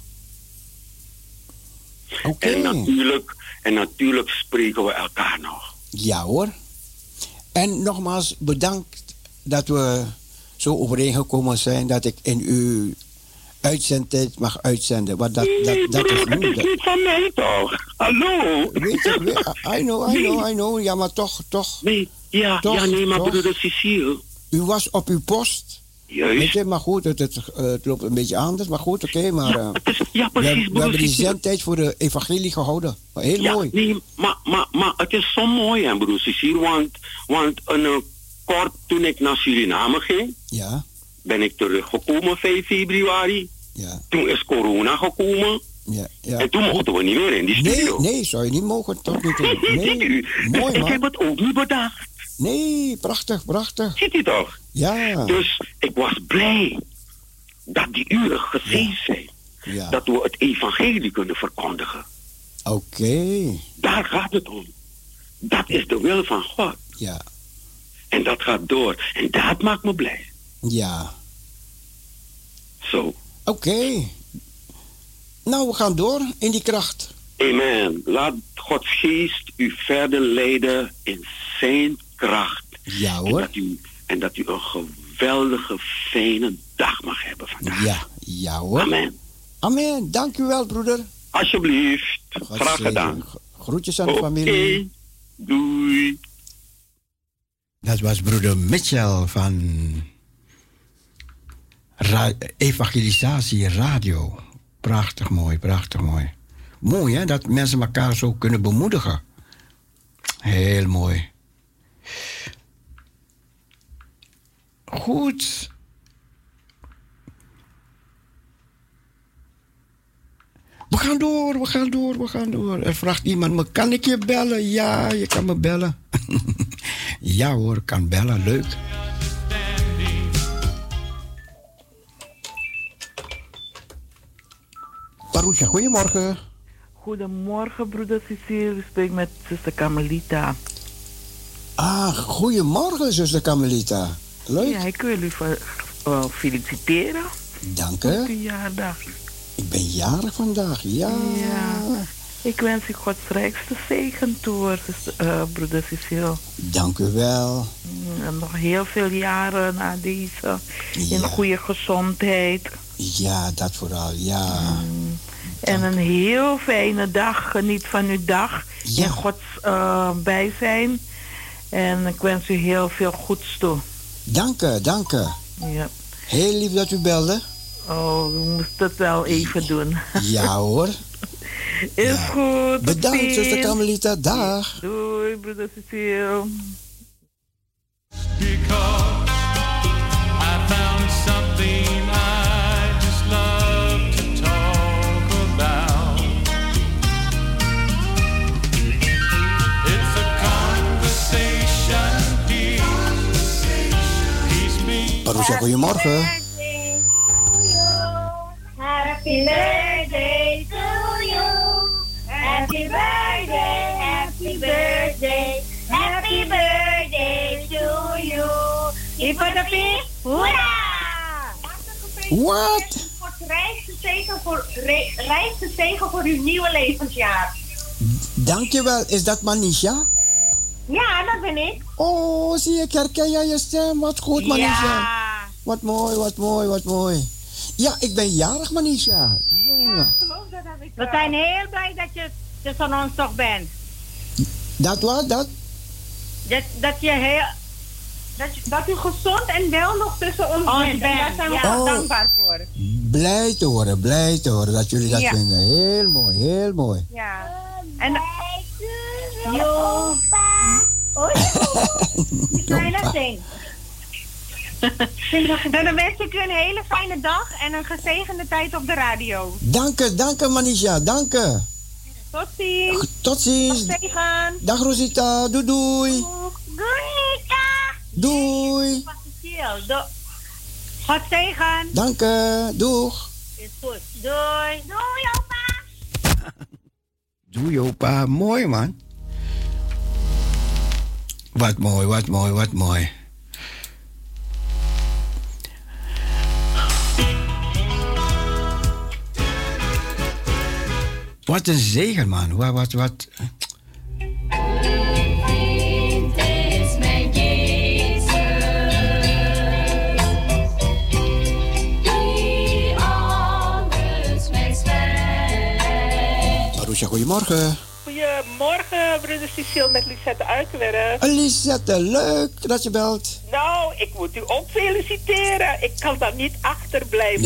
Oké. En natuurlijk spreken we elkaar nog. Ja hoor. En nogmaals bedankt dat we zo overeengekomen zijn dat ik in uw uitzendtijd mag uitzenden. Want dat is nu. Dat is niet van mij toch? Hallo? Weet ik, I know. Ja, maar toch. Nee, maar broeder Cecile. U was op uw post. Juist. Weet je, maar goed, het loopt een beetje anders. Maar goed, oké, maar precies, we hebben die zendtijd voor de evangelie gehouden. Heel mooi. Nee, maar het is zo mooi, hè, broer Cecile. Want kort toen ik naar Suriname ging, ben ik teruggekomen 5 februari. Ja. Toen is corona gekomen. Ja. En toen mochten we niet meer in die studio. Nee, zou je niet mogen. Toch niet. Nee. Mooi, ik heb het ook niet bedacht. Nee, prachtig. Ziet u toch? Ja. Dus ik was blij dat die uren gezien zijn. Ja. Dat we het evangelie kunnen verkondigen. Oké. Daar gaat het om. Dat is de wil van God. Ja. En dat gaat door. En dat maakt me blij. Ja. Zo. Oké. Nou, we gaan door in die kracht. Amen. Laat Gods geest u verder leiden in zijn kracht. Ja hoor. En dat u een geweldige, fijne dag mag hebben vandaag. Ja hoor. Amen. Dank u wel, broeder. Alsjeblieft. Graag gedaan. Groetjes aan de familie. Doei. Dat was broeder Mitchell van Evangelisatie Radio. Prachtig mooi. Mooi hè, dat mensen elkaar zo kunnen bemoedigen. Heel mooi. Goed. We gaan door. Er vraagt iemand me, kan ik je bellen? Ja, je kan me bellen. Ja hoor, kan bellen, leuk. Parousia, goedemorgen. Goedemorgen, broeder Cecile. Ik spreek met zuster Carmelita. Ah, goedemorgen, zuster Carmelita. Leuk. Ja, ik wil u feliciteren. Dank u. Op uw jaardag. Ik ben jarig vandaag, ja. Ik wens u Gods rijkste zegen toe, broeder Cecile. Dank u wel. En nog heel veel jaren na deze. In goede gezondheid. Ja, dat vooral, ja. En een heel fijne dag. Geniet van uw dag. In Gods bijzijn. En ik wens u heel veel goeds toe. Dank u. Ja. Heel lief dat u belde. Oh, we moesten het wel even doen. Ja hoor. Is goed. Bedankt, zuster Carmelita. Dag. Doei, broeder Cecile. Because I found something I just love to talk about. It's a conversation keeps me. Parousia, goedemorgen. Happy birthday to you. Happy birthday, happy birthday, happy birthday to you. Hier voor de pie. Hoera! Wat? Rijkste zegen voor uw nieuwe levensjaar. Dankjewel. Is dat Manisha? Ja, dat ben ik. Oh, zie ik herken jij je stem. Wat goed, Manisha. Ja. Wat mooi, wat mooi, wat mooi. Ja, ik ben jarig, Manisha. Ja, we zijn heel blij dat je tussen ons toch bent. Dat wat? Dat u gezond en wel nog tussen ons bent. En daar zijn we ja. dankbaar voor. Blij te horen dat jullie dat vinden. Heel mooi, heel mooi. Ja. En Jopa. Kleine ding. En dan wens ik u een hele fijne dag en een gezegende tijd op de radio. Dank u Manisha, dank u. Tot ziens. Tot ziens. Tot zegen. Dag Rosita, doei doei. Doei Rita. Doei. God zegen. Dank u, doeg. Is goed. Doei. Doei opa. Doei opa, mooi man. Wat mooi, wat mooi, wat mooi. Wat een zegen, man. Wat. Parousia, goedemorgen. Goedemorgen, broeder Cecile met Lisette Uikenwerf. Lisette, leuk dat je belt. Nou, ik moet u ook feliciteren. Ik kan daar niet achterblijven.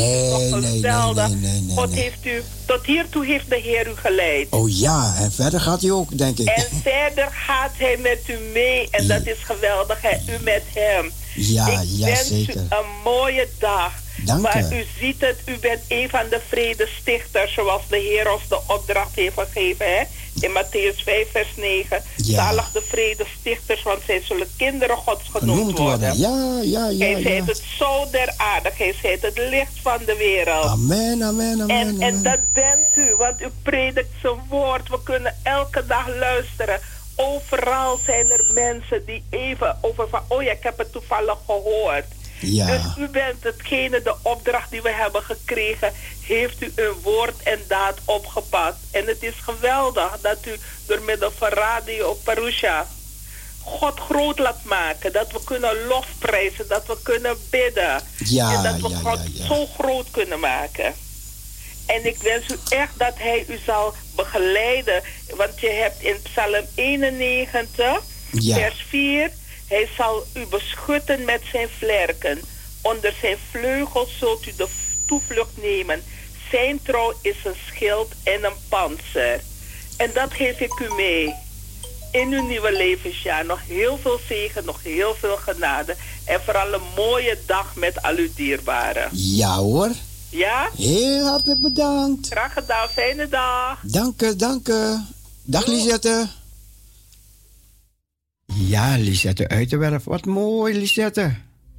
Nee. God heeft u, tot hiertoe heeft de Heer u geleid. Oh ja, en verder gaat hij ook, denk ik. En verder gaat hij met u mee. En dat is geweldig, hè? U met hem. Ja, ik wens zeker. u een mooie dag. Dank maar u. U ziet het, u bent een van de vredestichters, zoals de Heer ons de opdracht heeft gegeven, hè? In Mattheüs 5, vers 9. Ja. Zalig de vredestichters, want zij zullen kinderen Gods genoemd worden. Ja. Hij zijt het zo der aarde, hij zijt het licht van de wereld. Amen. En dat bent u, want u predikt zijn woord. We kunnen elke dag luisteren. Overal zijn er mensen die even over van, oh ja, ik heb het toevallig gehoord. Ja. Dus u bent hetgene, de opdracht die we hebben gekregen, heeft u een woord en daad opgepakt. En het is geweldig dat u door middel van Radio Parousia God groot laat maken. Dat we kunnen lofprijzen, dat we kunnen bidden. En dat we God zo groot kunnen maken. En ik wens u echt dat hij u zal begeleiden. Want je hebt in Psalm 91, vers 4... Hij zal u beschutten met zijn vlerken. Onder zijn vleugels zult u de toevlucht nemen. Zijn trouw is een schild en een pantser. En dat geef ik u mee. In uw nieuwe levensjaar nog heel veel zegen, nog heel veel genade. En vooral een mooie dag met al uw dierbaren. Ja hoor. Ja? Heel hartelijk bedankt. Graag gedaan, fijne dag. Dank u. Dag Lisette. Ja, Lisette Uiterwerf. Wat mooi, Lisette.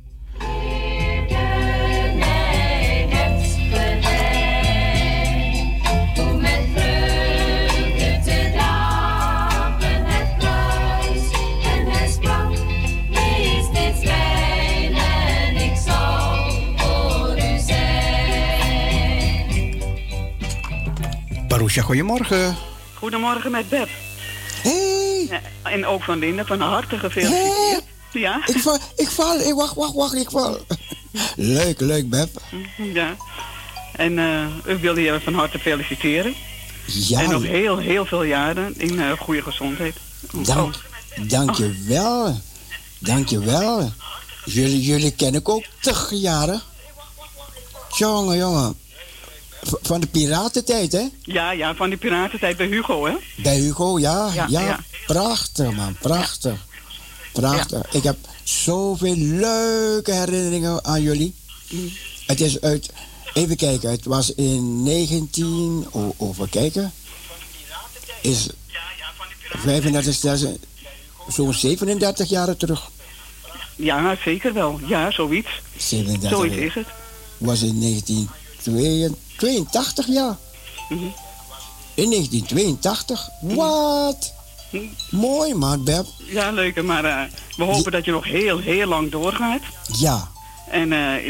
Parousia, goedemorgen. Goedemorgen met Beb. Hey. Ja, en ook van Linda, van harte gefeliciteerd. Hey. Ja. Ik val. Hey, wacht, ik val. Leuk, Beb. Ja. En ik wil je van harte feliciteren. Ja. En nog heel veel jaren in goede gezondheid. Dank je wel. Jullie ken ik ook 80 jaren. Jongen. Van de piratentijd, hè? Ja, van de piratentijd bij Hugo, hè? Bij Hugo, ja. Prachtig, man. Prachtig. Ik heb zoveel leuke herinneringen aan jullie. Het is uit... Even kijken, het was in 19... Over kijken. Is 35, zo'n 37 jaar terug. Ja, zeker wel. Ja, zoiets. 37 zoiets is het. Was in 1982, ja. In 1982. Wat? Mooi, man, Beb. Ja, leuk. Maar we hopen dat je nog heel, heel lang doorgaat. Ja. En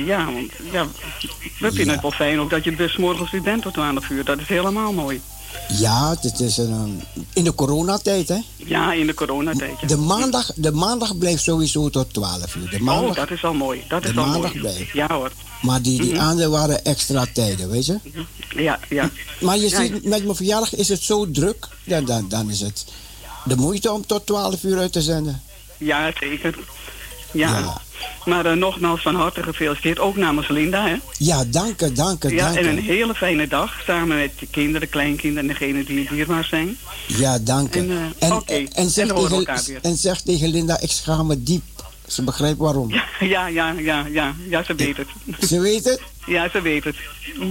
we vinden het wel fijn ook dat je dus morgen student tot 12 uur. Dat is helemaal mooi. Ja, het is in de coronatijd, hè? Ja, in de coronatijd. Ja. De maandag blijft sowieso tot 12 uur. Dat is al mooi. Dat is de al maandag mooi. blijft. Ja hoor. Maar die andere waren extra tijden, weet je? Ja. Maar je ziet, met mijn verjaardag is het zo druk. Dan is het de moeite om tot 12 uur uit te zenden. Ja, zeker. Ja. Maar nogmaals van harte gefeliciteerd. Ook namens Linda, hè? Ja, dank je. Ja, en een hele fijne dag. Samen met je kinderen, kleinkinderen en degenen die dierbaar zijn. Ja, dank je. En zeg tegen Linda, ik schaam me diep. Ze begrijpt waarom. Ja, ze weet het. Ze weet het? Ja, ze weet het.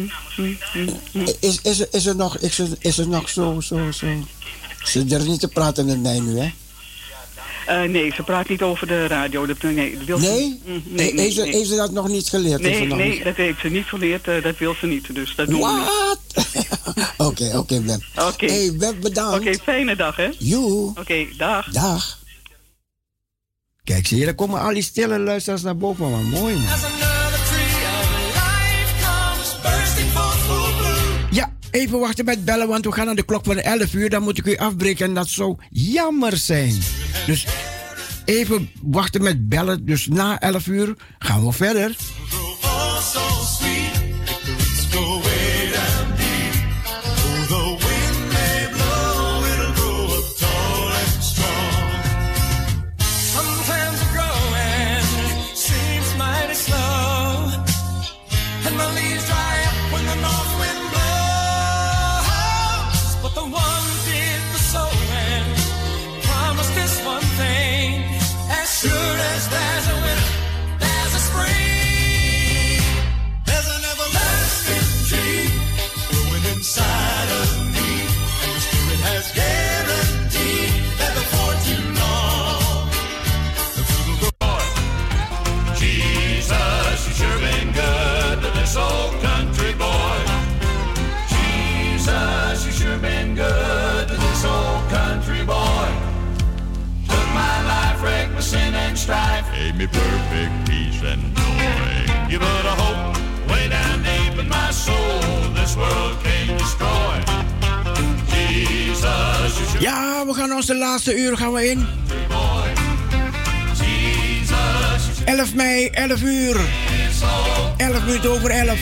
Is er nog zo... Ze durft niet te praten met mij nu, hè? Nee, ze praat niet over de radio. Nee? Heeft ze dat nog niet geleerd? Dat heeft ze niet geleerd. Dat wil ze niet. Dus dat doen we niet. Oké, Web. Hey, Web, bedankt. Oké, fijne dag, hè? Joe. Oké, dag. Dag. Kijk, zie je, er komen al die stille luisteraars naar boven, man. Mooi, man. Ja, even wachten met bellen, want we gaan aan de klok van 11 uur. Dan moet ik u afbreken en dat zou jammer zijn. Dus even wachten met bellen. Dus na 11 uur gaan we verder. Strife, gave me perfect peace and joy. You put a hope way down deep in my soul. This world can't destroy. Jesus, ja, we gaan onze laatste uur gaan we in. 11 mei, 11 uur. 11 minuten over 11.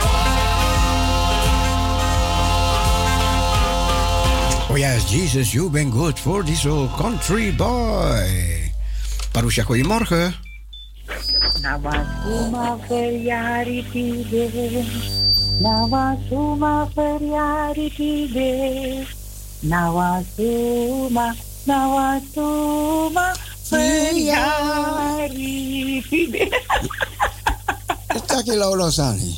Oh yes, Jesus, you've been good for this old country boy. Parusha, goedemorgen. Nawasuma verjaardag. Nawasuma verjaardag. Nawasuma verjaardag. Dat je Lolo Sani.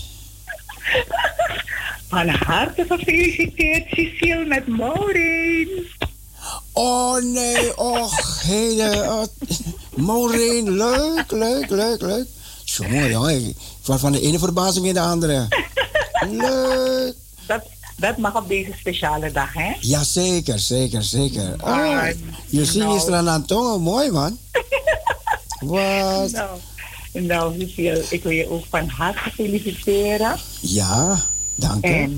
Van harte gefeliciteerd, Cecile, met Maureen. Oh nee, hele... Maureen, leuk. Jongen, jongen. Van de ene verbazing in de andere. Leuk. Dat mag op deze speciale dag, hè? Ja, zeker. Oh, je ziet is er aan tongen, mooi man. Wat? Nou, Cecile, ik wil je ook van harte feliciteren. Ja, dank je. En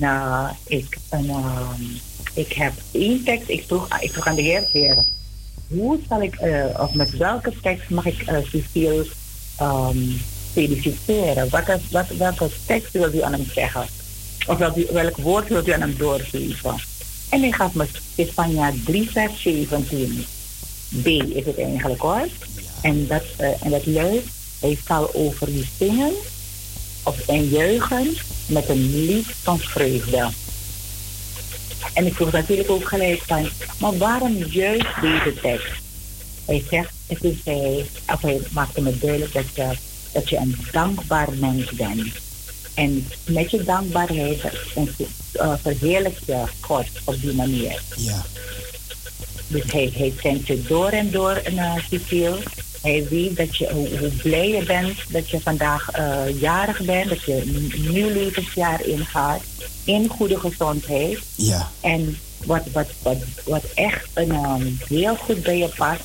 ik heb één tekst, ik vroeg aan de heer. Hoe zal ik, of met welke tekst mag ik Cecile feliciteren? Welke tekst wil u aan hem zeggen? Of welk woord wilt u aan hem doorgeven? En hij gaf me Stefania 3 vers 17. B is het eigenlijk hoor. En dat luidt, Hij zal over je zingen en juichen met een lied van vreugde. En ik vroeg natuurlijk ook gelijk van, maar waarom juist deze tekst? Hij zegt, hij maakte me duidelijk dat je een dankbaar mens bent. En met je dankbaarheid verheerlijk je God op die manier. Ja. Dus hij kent je door en door, Cecile. Hij weet dat je, hoe blij je bent dat je vandaag jarig bent, dat je een nieuw levensjaar ingaat, in goede gezondheid. Ja. En wat echt heel goed bij je past,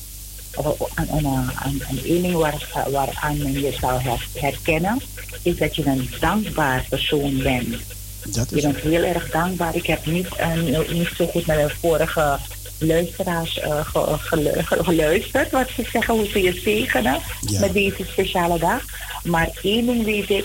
een één ding waaraan men je zal herkennen, is dat je een dankbaar persoon bent. Je bent heel erg dankbaar. Ik heb niet zo goed naar de vorige luisteraars geluisterd, wat ze zeggen, hoe ze je zegenen met deze speciale dag. Maar één ding weet ik,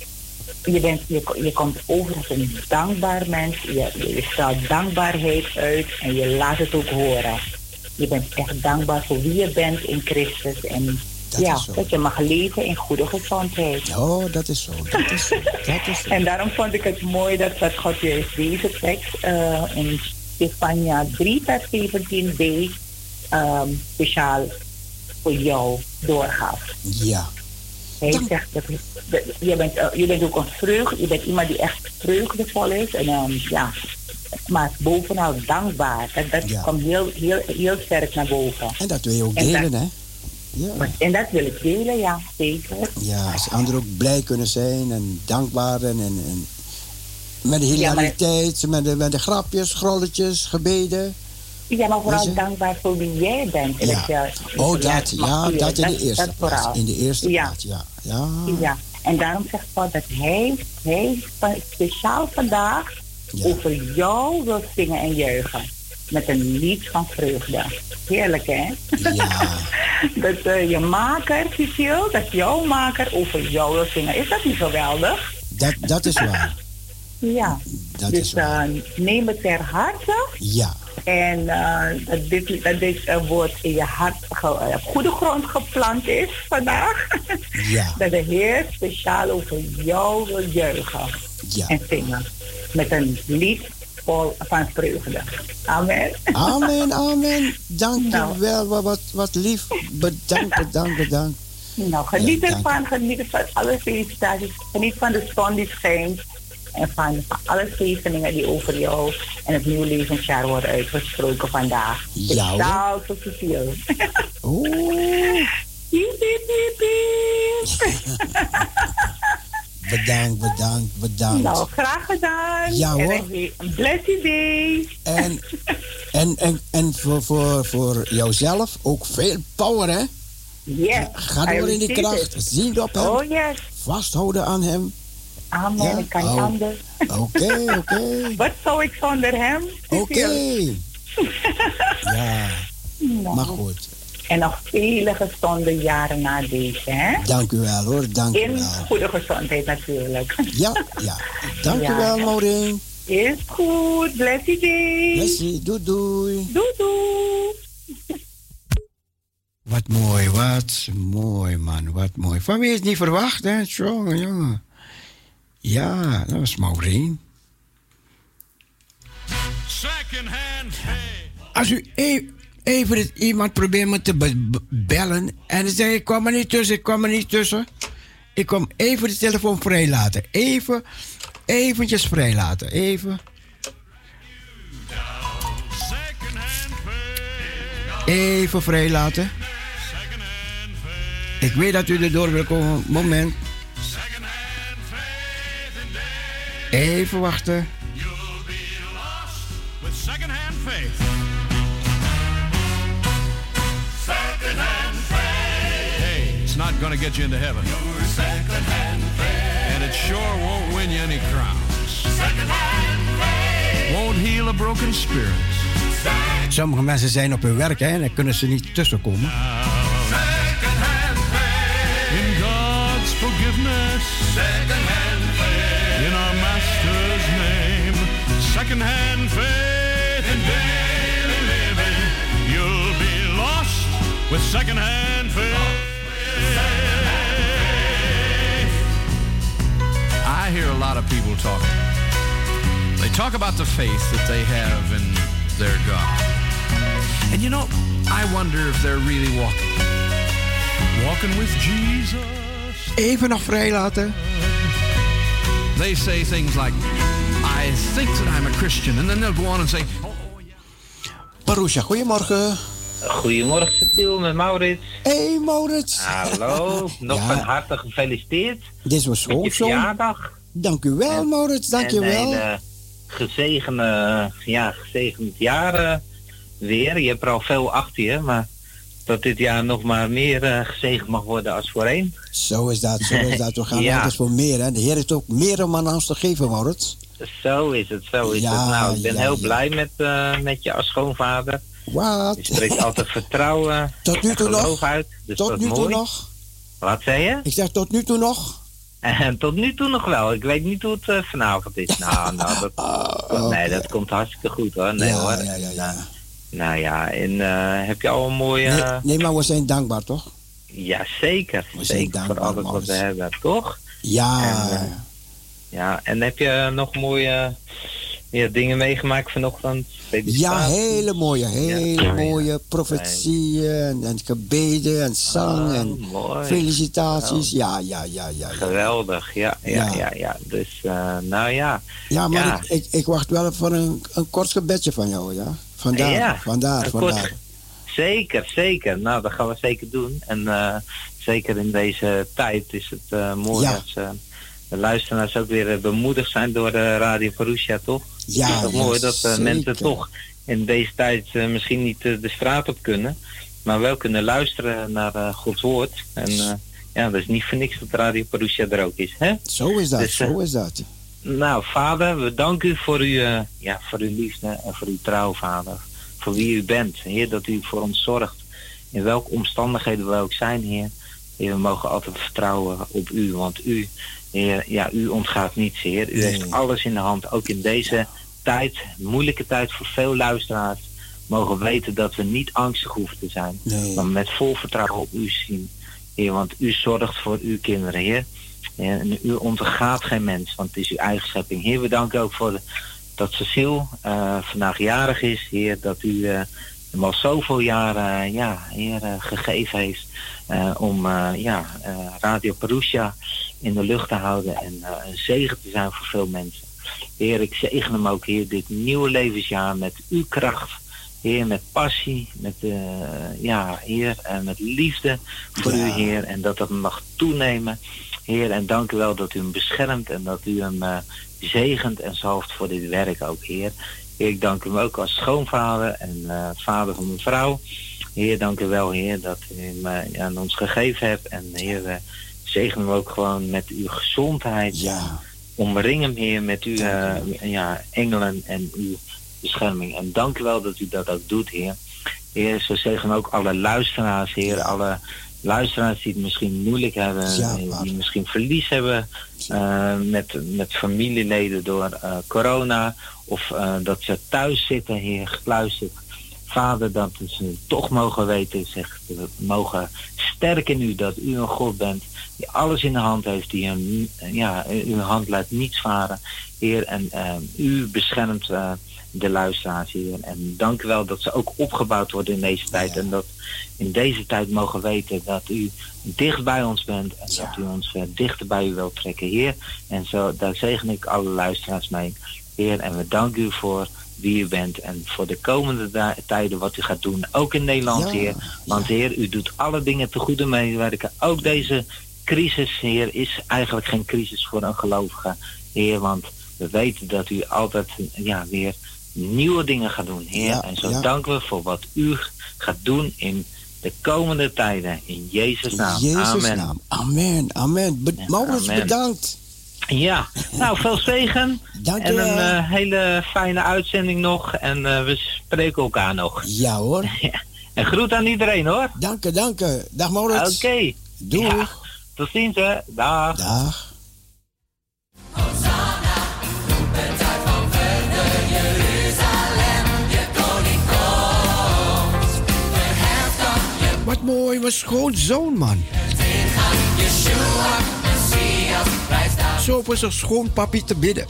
je komt over als een dankbaar mens, je straalt dankbaarheid uit en je laat het ook horen. Je bent echt dankbaar voor wie je bent in Christus en dat je mag leven in goede gezondheid. Oh, dat is zo. Dat is zo. En daarom vond ik het mooi dat God juist deze tekst in Stefania 3 vers 17b speciaal voor jou doorgaf. Ja. Hij zegt dat je bent ook een vreugde, je bent iemand die echt vreugdevol is en maar bovenal dankbaar. Dat komt heel sterk naar boven. En dat wil je ook delen, hè? Ja. En dat wil ik delen, ja, zeker. Ja, als anderen ook blij kunnen zijn en dankbaar en met de hilariteit, met de grapjes, grolletjes, gebeden. Ja, maar vooral dankbaar voor wie jij bent. Ja. Dat in de eerste plaats. In de eerste plaats, ja. En daarom zegt God dat hij speciaal vandaag over jou wil zingen en juichen. Met een lied van vreugde. Heerlijk, hè? Ja. Dat je maker, Cecile, dat jouw maker over jou wil zingen. Is dat niet geweldig? Dat is waar. Ja. Dat dus is waar. neem het ter harte. Ja. En dat dit woord in je hart op goede grond geplant is vandaag. Ja. Dat de Heer speciaal over jou wil juichen en zingen. Met een lied vol van vreugde. Amen. Amen. Dank je wel. Wat lief. Bedankt. Nou, geniet ervan. Geniet van alle felicitaties. Geniet van de zon die schijnt. En van alle zegeningen die over jou en het nieuwe levensjaar worden uitgesproken vandaag. Ja, speciaal voor Cecile. Oeh. Bedankt. Nou, graag gedaan. Ja hoor. En een blessed day. En voor jouzelf ook veel power, hè? Yes. Ga door in die kracht. Zien op hem. Oh yes. Vasthouden aan hem. Amen, ik kan niet anders. Oké. Wat zou ik zonder hem? Oké. Ja, maar goed. En nog vele gezonde jaren na deze, hè? Dank u wel, hoor. Dank u wel. In goede gezondheid natuurlijk. Ja. Dank u wel, Maureen. Is goed. Blessy day. Blessy. Doei. Doei. Wat mooi, man. Wat mooi. Van wie is het niet verwacht, hè? Jongen. Ja, dat was Maureen. Als u even iemand probeert me te bellen en dan zeg ik kwam er niet tussen. Ik kom even de telefoon vrijlaten. Eventjes vrijlaten. Even vrijlaten. Ik weet dat u erdoor wil komen. Moment. Even wachten. Hey, it's not gonna get you into heaven. And it sure won't win you any crowns. Won't heal a broken spirit. Sommige mensen zijn op hun werk, hè, en dan kunnen ze niet tussenkomen. In God's forgiveness. In our Master's name. Second-hand faith in daily living. You'll be lost with second-hand faith. hear a lot of people talking. They talk about the faith that they have in their God. And you know, I wonder if they're really walking with Jesus. Even nog vrijlaten. They say things like, I think that I'm a Christian. And then they'll go on and say... Marusha, goedemorgen. Goedemorgen, Cecile, met Maurits. Hey, Maurits. Hallo, nog van harte gefeliciteerd. Dit is mijn schoonzoon. Met je verjaardag. Dank u wel, Maurits, dank je wel. En gezegend jaar weer. Je hebt er al veel achter je, maar dat dit jaar nog maar meer gezegend mag worden als voorheen. Zo is dat, zo is dat. We gaan altijd voor meer, hè. De Heer heeft ook meer om aan ons te geven, Maurits. Zo is het, zo is het. Nou, ik ben heel blij met je als schoonvader. Wat? Je spreekt altijd vertrouwen tot nu toe nog uit. Dus tot dat nu is mooi. Toe nog? Wat zei je? Ik zeg tot nu toe nog. Tot nu toe nog wel. Ik weet niet hoe het vanavond is. Nee, dat komt hartstikke goed hoor. Nee hoor. Nou ja, en heb je al een mooie... Nee, maar we zijn dankbaar toch? Ja, zeker. Zeker voor alles wat we hebben, toch? Ja. En heb je nog mooie dingen meegemaakt vanochtend? Ja, hele mooie profetieën en gebeden en zang en mooi. Felicitaties. Ja. Geweldig, ja. Dus, nou ja. Ja, maar ik wacht wel voor een kort gebedje van jou, ja. Vandaar. Zeker. Nou, dat gaan we zeker doen. En zeker in deze tijd is het mooi als de luisteraars ook weer bemoedigd zijn door de Radio Parousia, toch? Ja, het is toch mooi dat mensen toch in deze tijd misschien niet de straat op kunnen, maar wel kunnen luisteren naar Gods woord. En dat is niet voor niks dat Radio Parousia er ook is, hè? Zo is dat, zo is dat. Nou, Vader, we danken u voor uw liefde en voor uw trouw, Vader. Voor wie u bent, Heer, dat u voor ons zorgt. In welke omstandigheden we ook zijn, Heer. Heer, we mogen altijd vertrouwen op u, want u, Heer, u ontgaat niets, Heer. U heeft alles in de hand, ook in deze tijd, moeilijke tijd voor veel luisteraars, mogen weten dat we niet angstig hoeven te zijn, maar met vol vertrouwen op u zien, Heer, want u zorgt voor uw kinderen, Heer. En u ontgaat geen mens, want het is uw eigen schepping. Heer, we danken ook voor dat Cecile vandaag jarig is, Heer, dat u hem al zoveel jaren Heer, gegeven heeft om Radio Parousia in de lucht te houden en een zegen te zijn voor veel mensen. Heer, ik zegen hem ook, Heer, dit nieuwe levensjaar met uw kracht, Heer, met passie, met Heer, met liefde voor u, Heer, en dat dat mag toenemen. Heer, en dank u wel dat u hem beschermt en dat u hem zegent en zalft voor dit werk ook, Heer. Heer, ik dank u ook als schoonvader en vader van mijn vrouw. Heer, dank u wel, Heer, dat u hem aan ons gegeven hebt. En Heer, zegen hem ook gewoon met uw gezondheid. Ja. Omring hem, Heer, met uw engelen en uw bescherming. En dank u wel dat u dat ook doet, Heer. Heer, zo zegen ook alle luisteraars, Heer, alle luisteraars die het misschien moeilijk hebben, die misschien verlies hebben met familieleden door corona, of dat ze thuis zitten, Heer, gekluisterd. Vader, dat ze toch mogen weten, mogen sterk in u, dat u een God bent die alles in de hand heeft, die uw hand laat niets varen, Heer, en u beschermt de luisteraars, Heer. En dank u wel dat ze ook opgebouwd worden in deze tijd. En dat in deze tijd mogen weten dat u dicht bij ons bent. En dat u ons dichter bij u wilt trekken, Heer. En zo, daar zegen ik alle luisteraars mee, Heer. En we danken u voor wie u bent. En voor de komende tijden wat u gaat doen. Ook in Nederland, Heer. Want Heer, u doet alle dingen te goede meewerken. Ook deze crisis, Heer, is eigenlijk geen crisis voor een gelovige, Heer. Want we weten dat u altijd weer nieuwe dingen gaat doen, Heer. En zo danken we voor wat u gaat doen in de komende tijden. In Jezus' naam. In Jezus' Amen. naam. Amen. Maurits, bedankt. Ja, nou, veel zegen. Dank je en wel. een hele fijne uitzending nog. En we spreken elkaar nog. Ja hoor. En groet aan iedereen, hoor. Dank je. Dag Maurits. Oké. Doei. Ja, tot ziens, hè. Dag. Dag. Wat mooi, mijn schoonzoon, man. zo voor zijn schoonpapi te bidden.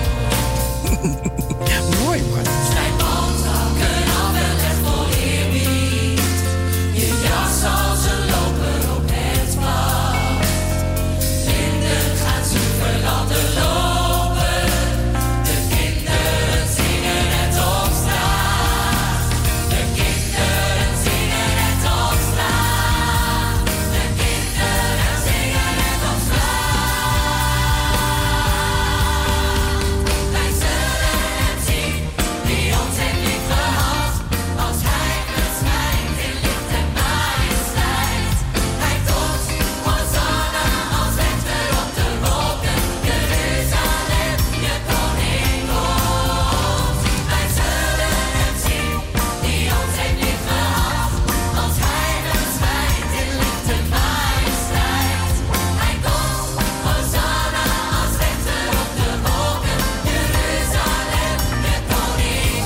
Mooi, man. Zijn mondhakken afgelegd vol eerbied. Je jas als een loper op het pad. Blinden gaan zoeken, laten lopen. De kinderen zingen het op straat. De kinderen zingen het op straat. De kinderen zingen het op straat. Wij zullen hem zien, die ons heeft lief gehad. Als hij verschijnt in licht en majesteit. Hij komt, Hosanna, als rechter op de wolken. Jeruzalem, je koning komt. Wij zullen hem zien, die ons heeft lief gehad. Als hij verschijnt in licht en majesteit. Hij komt, Hosanna, als rechter op de wolken. Jeruzalem, je koning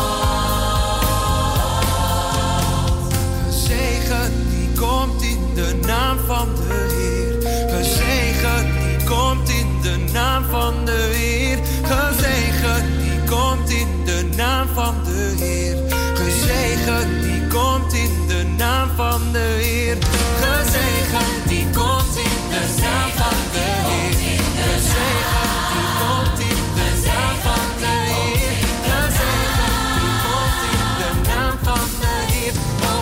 komt. Gezegend die komt in de naam van de Heer. Gezegend die komt in de naam van de Heer. Gezegend die komt in de naam van de Heer. Gezegend die komt in de naam van de Heer. Gezegend die komt in de naam van de Heer. Gezegend die komt in de naam van de Heer. Gezegend die komt in de naam van de Heer. Oh,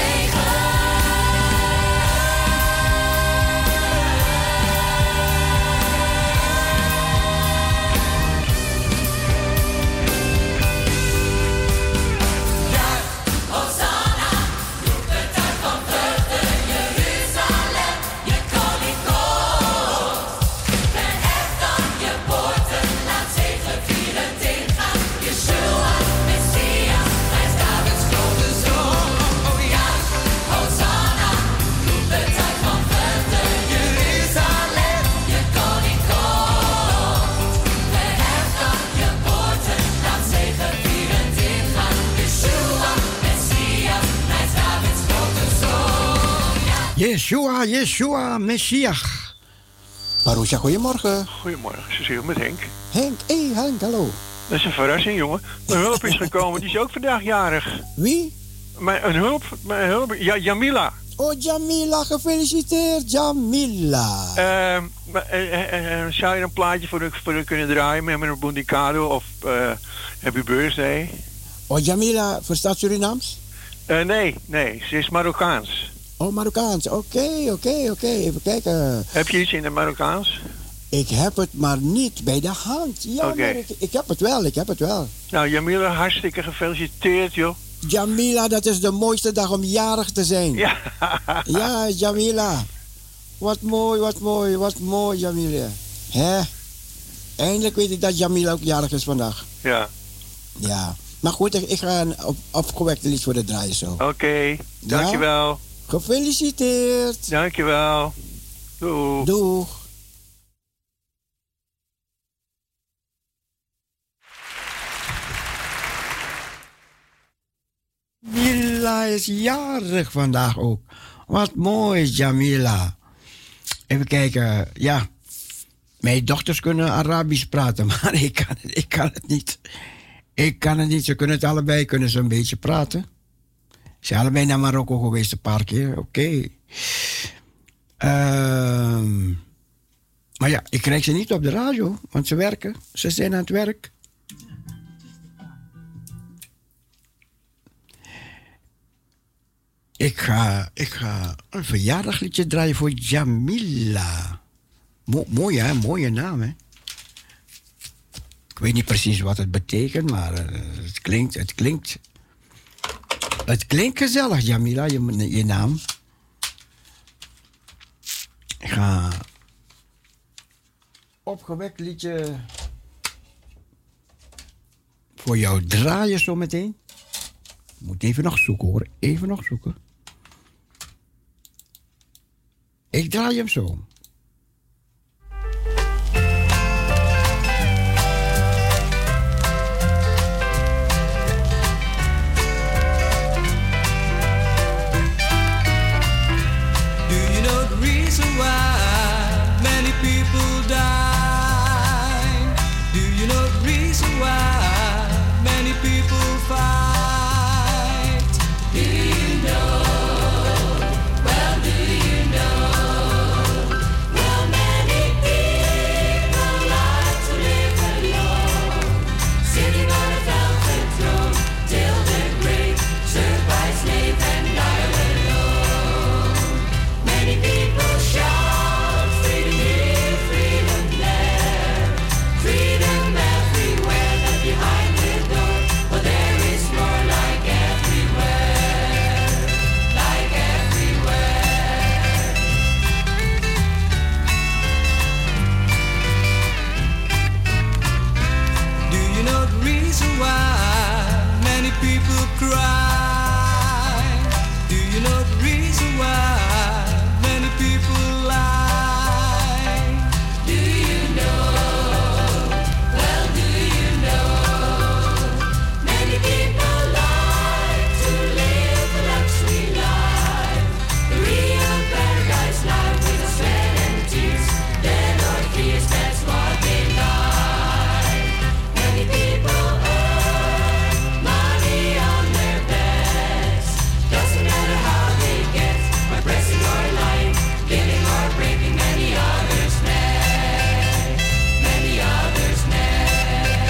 Hosanna, roep het uit van vreugde, Jeruzalem, je koning komt. Verhef dan je poorten, laat zegevierend ingaan. Yeshua, Messias, hij is Davids grote zoon. Oh ja, Hosanna, roep het uit van vreugde, Jeruzalem, je koning komt. Verhef dan je poorten, laat zegevierend ingaan. Yeshua, Messias, hij is Davids grote zoon. Yeshua, Yeshua, Messias. Parousia, goedemorgen. Goedemorgen, Cecile met Henk. Henk, Henk, hallo. Dat is een verrassing, jongen. Mijn hulp is gekomen, die is ook vandaag jarig. Wie? Mijn hulp, ja, Jamila. Oh, Jamila, gefeliciteerd, Jamila. Zou je een plaatje voor de kunnen draaien met een Bundicado of Happy Birthday? Oh, Jamila, verstaat Surinaams? Nee, ze is Marokkaans. Oh, Marokkaans, oké. Even kijken. Heb je iets in het Marokkaans? Ik heb het maar niet bij de hand. Ja, Oké. maar ik heb het wel. Nou, Jamila, hartstikke gefeliciteerd, joh. Jamila, dat is de mooiste dag om jarig te zijn. Ja. Ja, Jamila. Wat mooi, Jamila. Hè? Eindelijk weet ik dat Jamila ook jarig is vandaag. Ja. Ja. Maar goed, ik ga een opgewekte lied voor de draaien zo. Oké, dankjewel. Ja? Gefeliciteerd. Dankjewel. Doeg. Doeg. Jamila is jarig vandaag ook. Wat mooi, Jamila. Even kijken. Ja, mijn dochters kunnen Arabisch praten, maar ik kan het niet. Ik kan het niet. Ze kunnen het allebei, kunnen ze een beetje praten. Ze zijn allebei naar Marokko geweest een paar keer. Oké. Maar ja, ik krijg ze niet op de radio, want ze werken. Ze zijn aan het werk. Ik ga een verjaardagliedje draaien voor Jamila. Mooi hè, mooie naam hè. Ik weet niet precies wat het betekent, maar het klinkt gezellig, Jamila, je naam. Ik ga opgewekt liedje voor jou draaien zometeen. Moet even nog zoeken hoor, even nog zoeken. Ik draai hem zo. Do you know the reason why many people die? people cry. Do you know the reason why many people lie? Do you know? Well, do you know? Many people like to live a luxury life, the real paradise life with a sweat and tears. Then or fears, that's what they like. Many people earn money on their backs. Doesn't matter how they get, by pressing or lying, giving or breaking many others' neck. Many others' neck.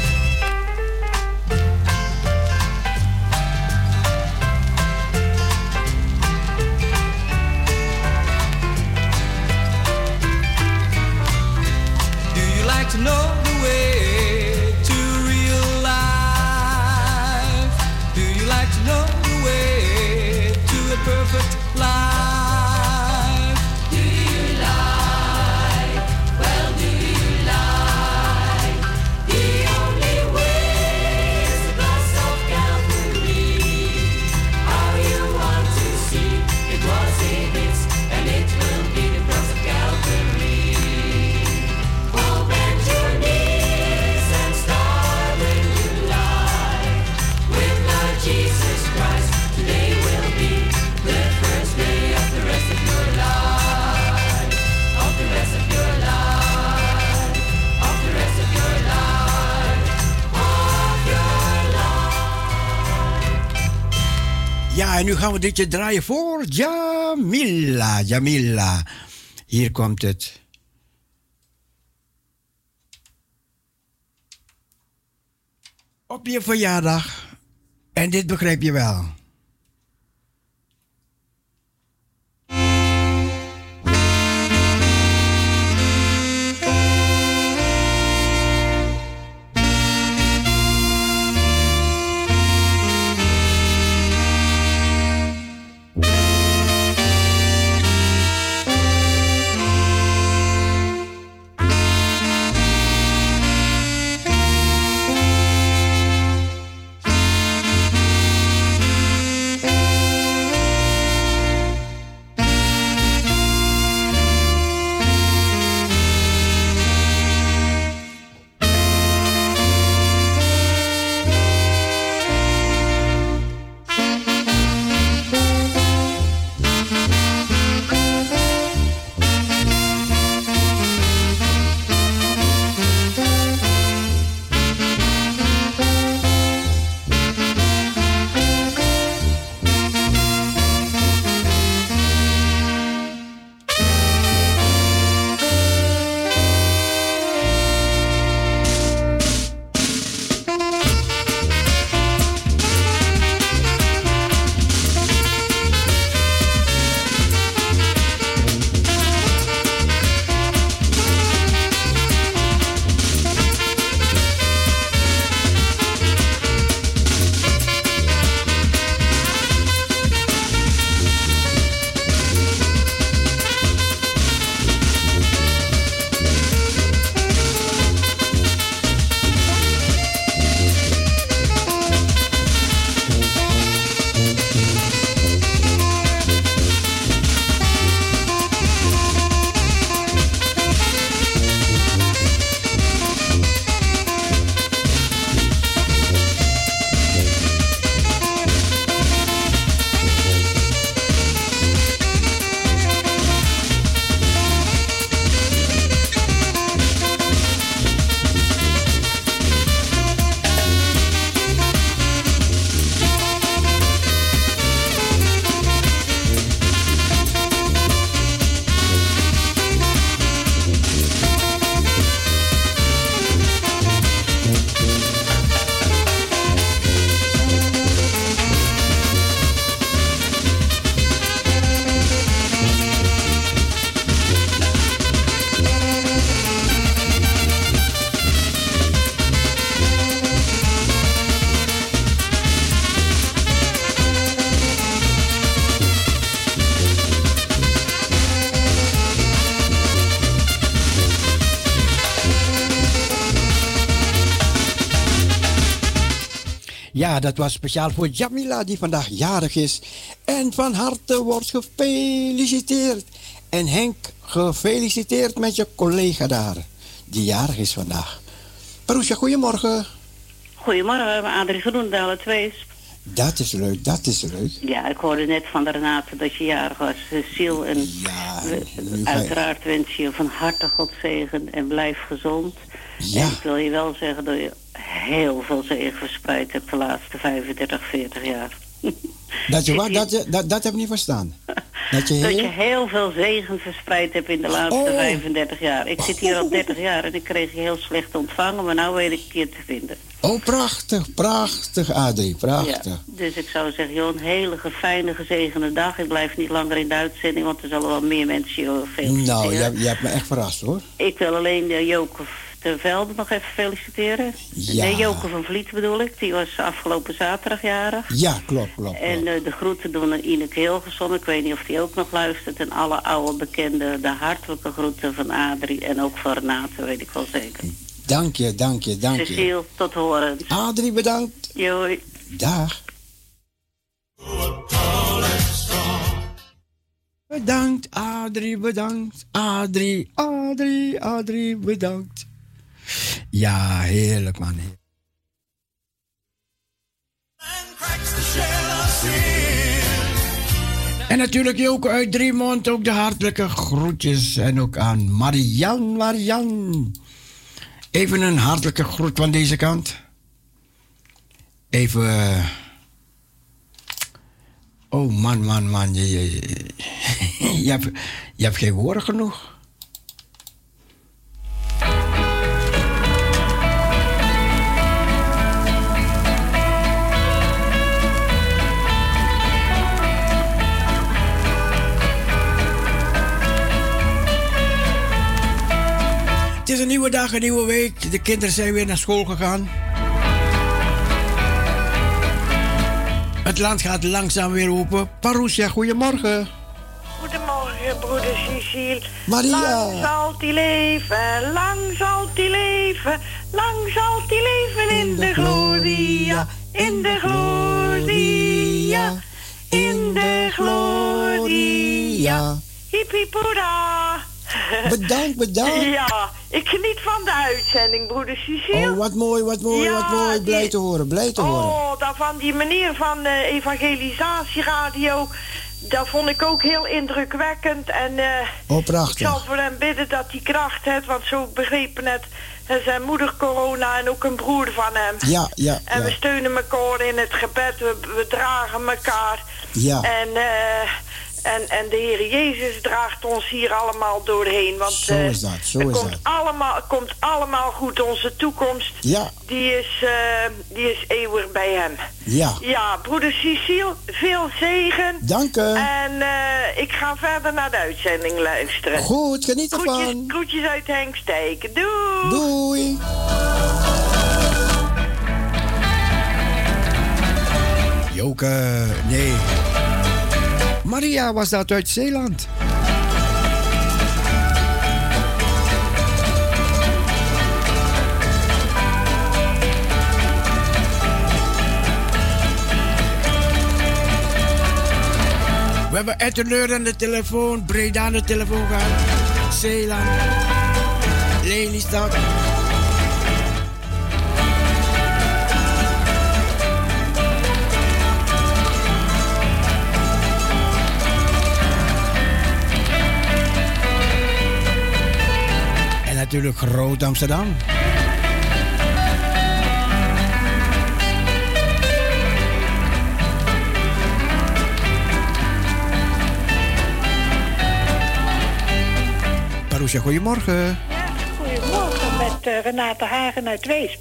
Do you like to know the way to real life? Do you like to know the way to a perfect life? Do you like? Well, do you like? The only way is the cross of Calvary. How you want to see it was, it is, and it will be the cross of Calvary. Oh, bend your knees and start a new life with Lord Jesus Christ. Today will be the first day of the rest of your life, of the rest of your life, of the rest of your life, of your life. Ja, en nu gaan we ditje draaien voor Jamila. Jamila. Hier komt het. Op je verjaardag. En dit begrijp je wel. Ja, dat was speciaal voor Jamila die vandaag jarig is. En van harte wordt gefeliciteerd. En Henk, gefeliciteerd met je collega daar, die jarig is vandaag. Parousia, goedemorgen. Goedemorgen, Adrie Groendaal uit Weesp. Dat is leuk, dat is leuk. Ja, ik hoorde net van de Renate dat je jarig was, Cecile. En uiteraard wens je je van harte Godzegen en blijf gezond. Ja. En ik wil je wel zeggen dat je heel veel zegen verspreid hebt de laatste 35, 40 jaar. Dat je wat? Dat heb ik niet verstaan. Dat je heel veel zegen verspreid hebt in de laatste 35 jaar. Ik zit hier al 30 jaar en ik kreeg je heel slecht ontvangen, maar nou weet ik je te vinden. Oh, prachtig, prachtig, Adrie, prachtig. Ja, dus ik zou zeggen, joh, een hele fijne, gezegende dag. Ik blijf niet langer in de uitzending, want er zullen wel meer mensen je feliciteren. Nou, je hebt me echt verrast, hoor. Ik wil alleen Joke de Velde nog even feliciteren. Ja. Nee, Joke van Vliet bedoel ik. Die was afgelopen zaterdag jarig. Ja, klopt. En de groeten doen aan Ineke Hilgeson. Ik weet niet of die ook nog luistert. En alle oude bekenden, de hartelijke groeten van Adrie. En ook van Renate, weet ik wel zeker. Dank je. Cecile, tot horen. Adrie, bedankt. Joi. Dag. Bedankt, Adrie, bedankt. Adrie, bedankt. Ja, heerlijk, man. En natuurlijk Joke uit Driemond, ook de hartelijke groetjes. En ook aan Marian. Even een hartelijke groet van deze kant. Even... Oh, man. Je hebt geen woorden genoeg. Het is een nieuwe dag, een nieuwe week. De kinderen zijn weer naar school gegaan. Het land gaat langzaam weer open. Parousia, goedemorgen. Goedemorgen, broeder Cecile. Maria. Lang zal die leven, lang zal die leven, lang zal die leven in de gloria, in de gloria, in de gloria. Hiep hiep hoera. Bedankt. Ja, ik geniet van de uitzending, broeder Cecile. Oh, wat mooi. Blij te horen. Oh, van die meneer van de evangelisatieradio, dat vond ik ook heel indrukwekkend. En prachtig. Ik zal voor hem bidden dat hij kracht heeft, want zo begrepen het, zijn moeder corona en ook een broer van hem. Ja. En we steunen elkaar in het gebed, we dragen elkaar. Ja. En de Heer Jezus draagt ons hier allemaal doorheen. Want zo is dat. Komt allemaal goed. Onze toekomst, die is eeuwig bij hem. Ja. Ja, broeder Cecile, veel zegen. Dank u. En ik ga verder naar de uitzending luisteren. Goed, geniet ervan. Groetjes uit Hengstijk. Doei. Doei. Joke, nee. Maria was dat uit Zeeland. We hebben Etteneur aan de telefoon, Breda aan de telefoon gehad, Zeeland, Lelystad. Natuurlijk Groot Amsterdam. Parousia, goedemorgen. Ja, goedemorgen met Renate Hagen uit Weesp.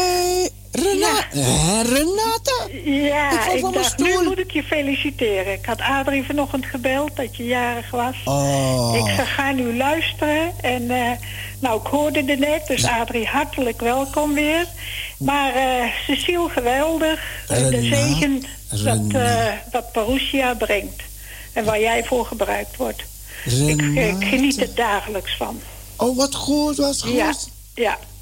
Renate? Ja, ik dacht, nu moet ik je feliciteren. Ik had Adrie vanochtend gebeld dat je jarig was. Oh. Ik ga nu luisteren en nou, ik hoorde het net, dus Adrie, hartelijk welkom weer. Maar Cecile, geweldig. De zegen dat Parousia brengt. En waar jij voor gebruikt wordt. Ik geniet er dagelijks van. Oh, wat goed, wat goed. Ja.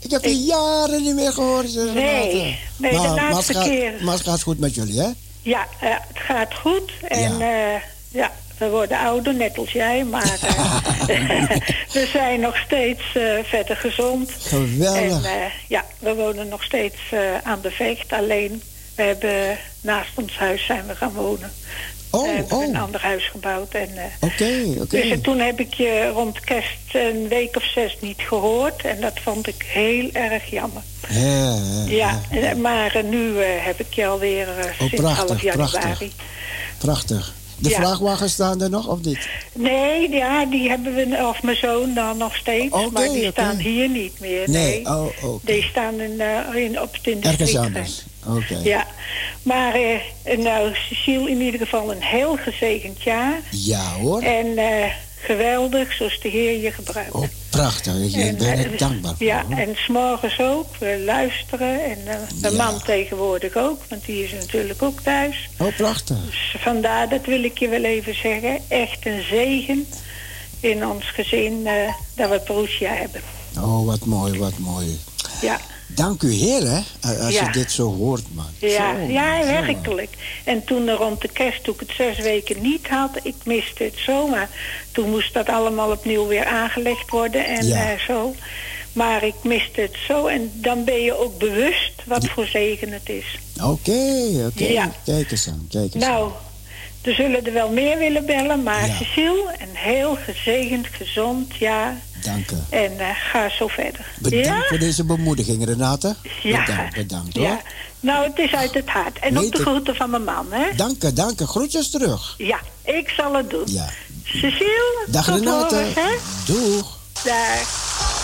Ik heb je jaren niet meer gehoord. Nee, de laatste keer. Maar het gaat goed met jullie, hè? Ja, het gaat goed. En we worden ouder, net als jij. Maar we zijn nog steeds verder gezond. Geweldig. En we wonen nog steeds aan de Vecht. Alleen, we hebben naast ons huis zijn we gaan wonen. We hebben een ander huis gebouwd. Oké. Dus toen heb ik je rond kerst een week of 6 niet gehoord. En dat vond ik heel erg jammer. Ja, maar nu heb ik je alweer sinds half januari. Prachtig. De vrachtwagens staan er nog, of niet? Nee, die hebben we, of mijn zoon dan nog steeds. Maar die staan hier niet meer. Nee. Die staan in de ergens anders. Oké. Ja, maar nou, Cecile, in ieder geval een heel gezegend jaar. Ja hoor. En geweldig, zoals de Heer je gebruikt. Prachtig, ik ben er dankbaar voor. Ja, en 's morgens ook, we luisteren. En mijn man tegenwoordig ook, want die is natuurlijk ook thuis. Prachtig. Dus vandaar, dat wil ik je wel even zeggen. Echt een zegen in ons gezin dat we Parousia hebben. Wat mooi. Ja. Dank u Heer, hè, als je dit zo hoort, man. Ja, werkelijk. En toen rond de kerst, toen ik het 6 weken niet had, ik miste het zo, maar toen moest dat allemaal opnieuw weer aangelegd worden en zo. Maar ik miste het zo en dan ben je ook bewust wat voor zegen het is. Oké. Ja. Kijk eens aan. Nou, er zullen er wel meer willen bellen, maar Cecile, een heel gezegend, gezond jaar. Dank u. En ga zo verder. Bedankt voor deze bemoediging, Renate. Ja. Bedankt hoor. Ja. Nou, het is uit het hart. En ook de groeten van mijn man, hè? Dank u. Groetjes terug. Ja, ik zal het doen. Ja. Cecile, dag tot Renate. Morgen, hè? Doeg. Dag.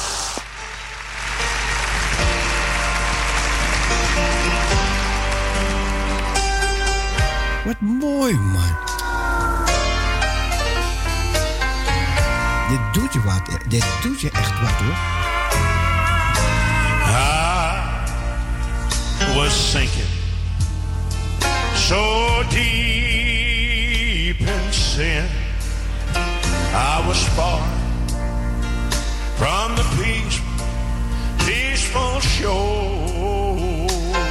Wat mooi, man. Dit doet je wat. Dit doet je echt wat, hoor. I was sinking so deep in sin. I was far from the peaceful shore.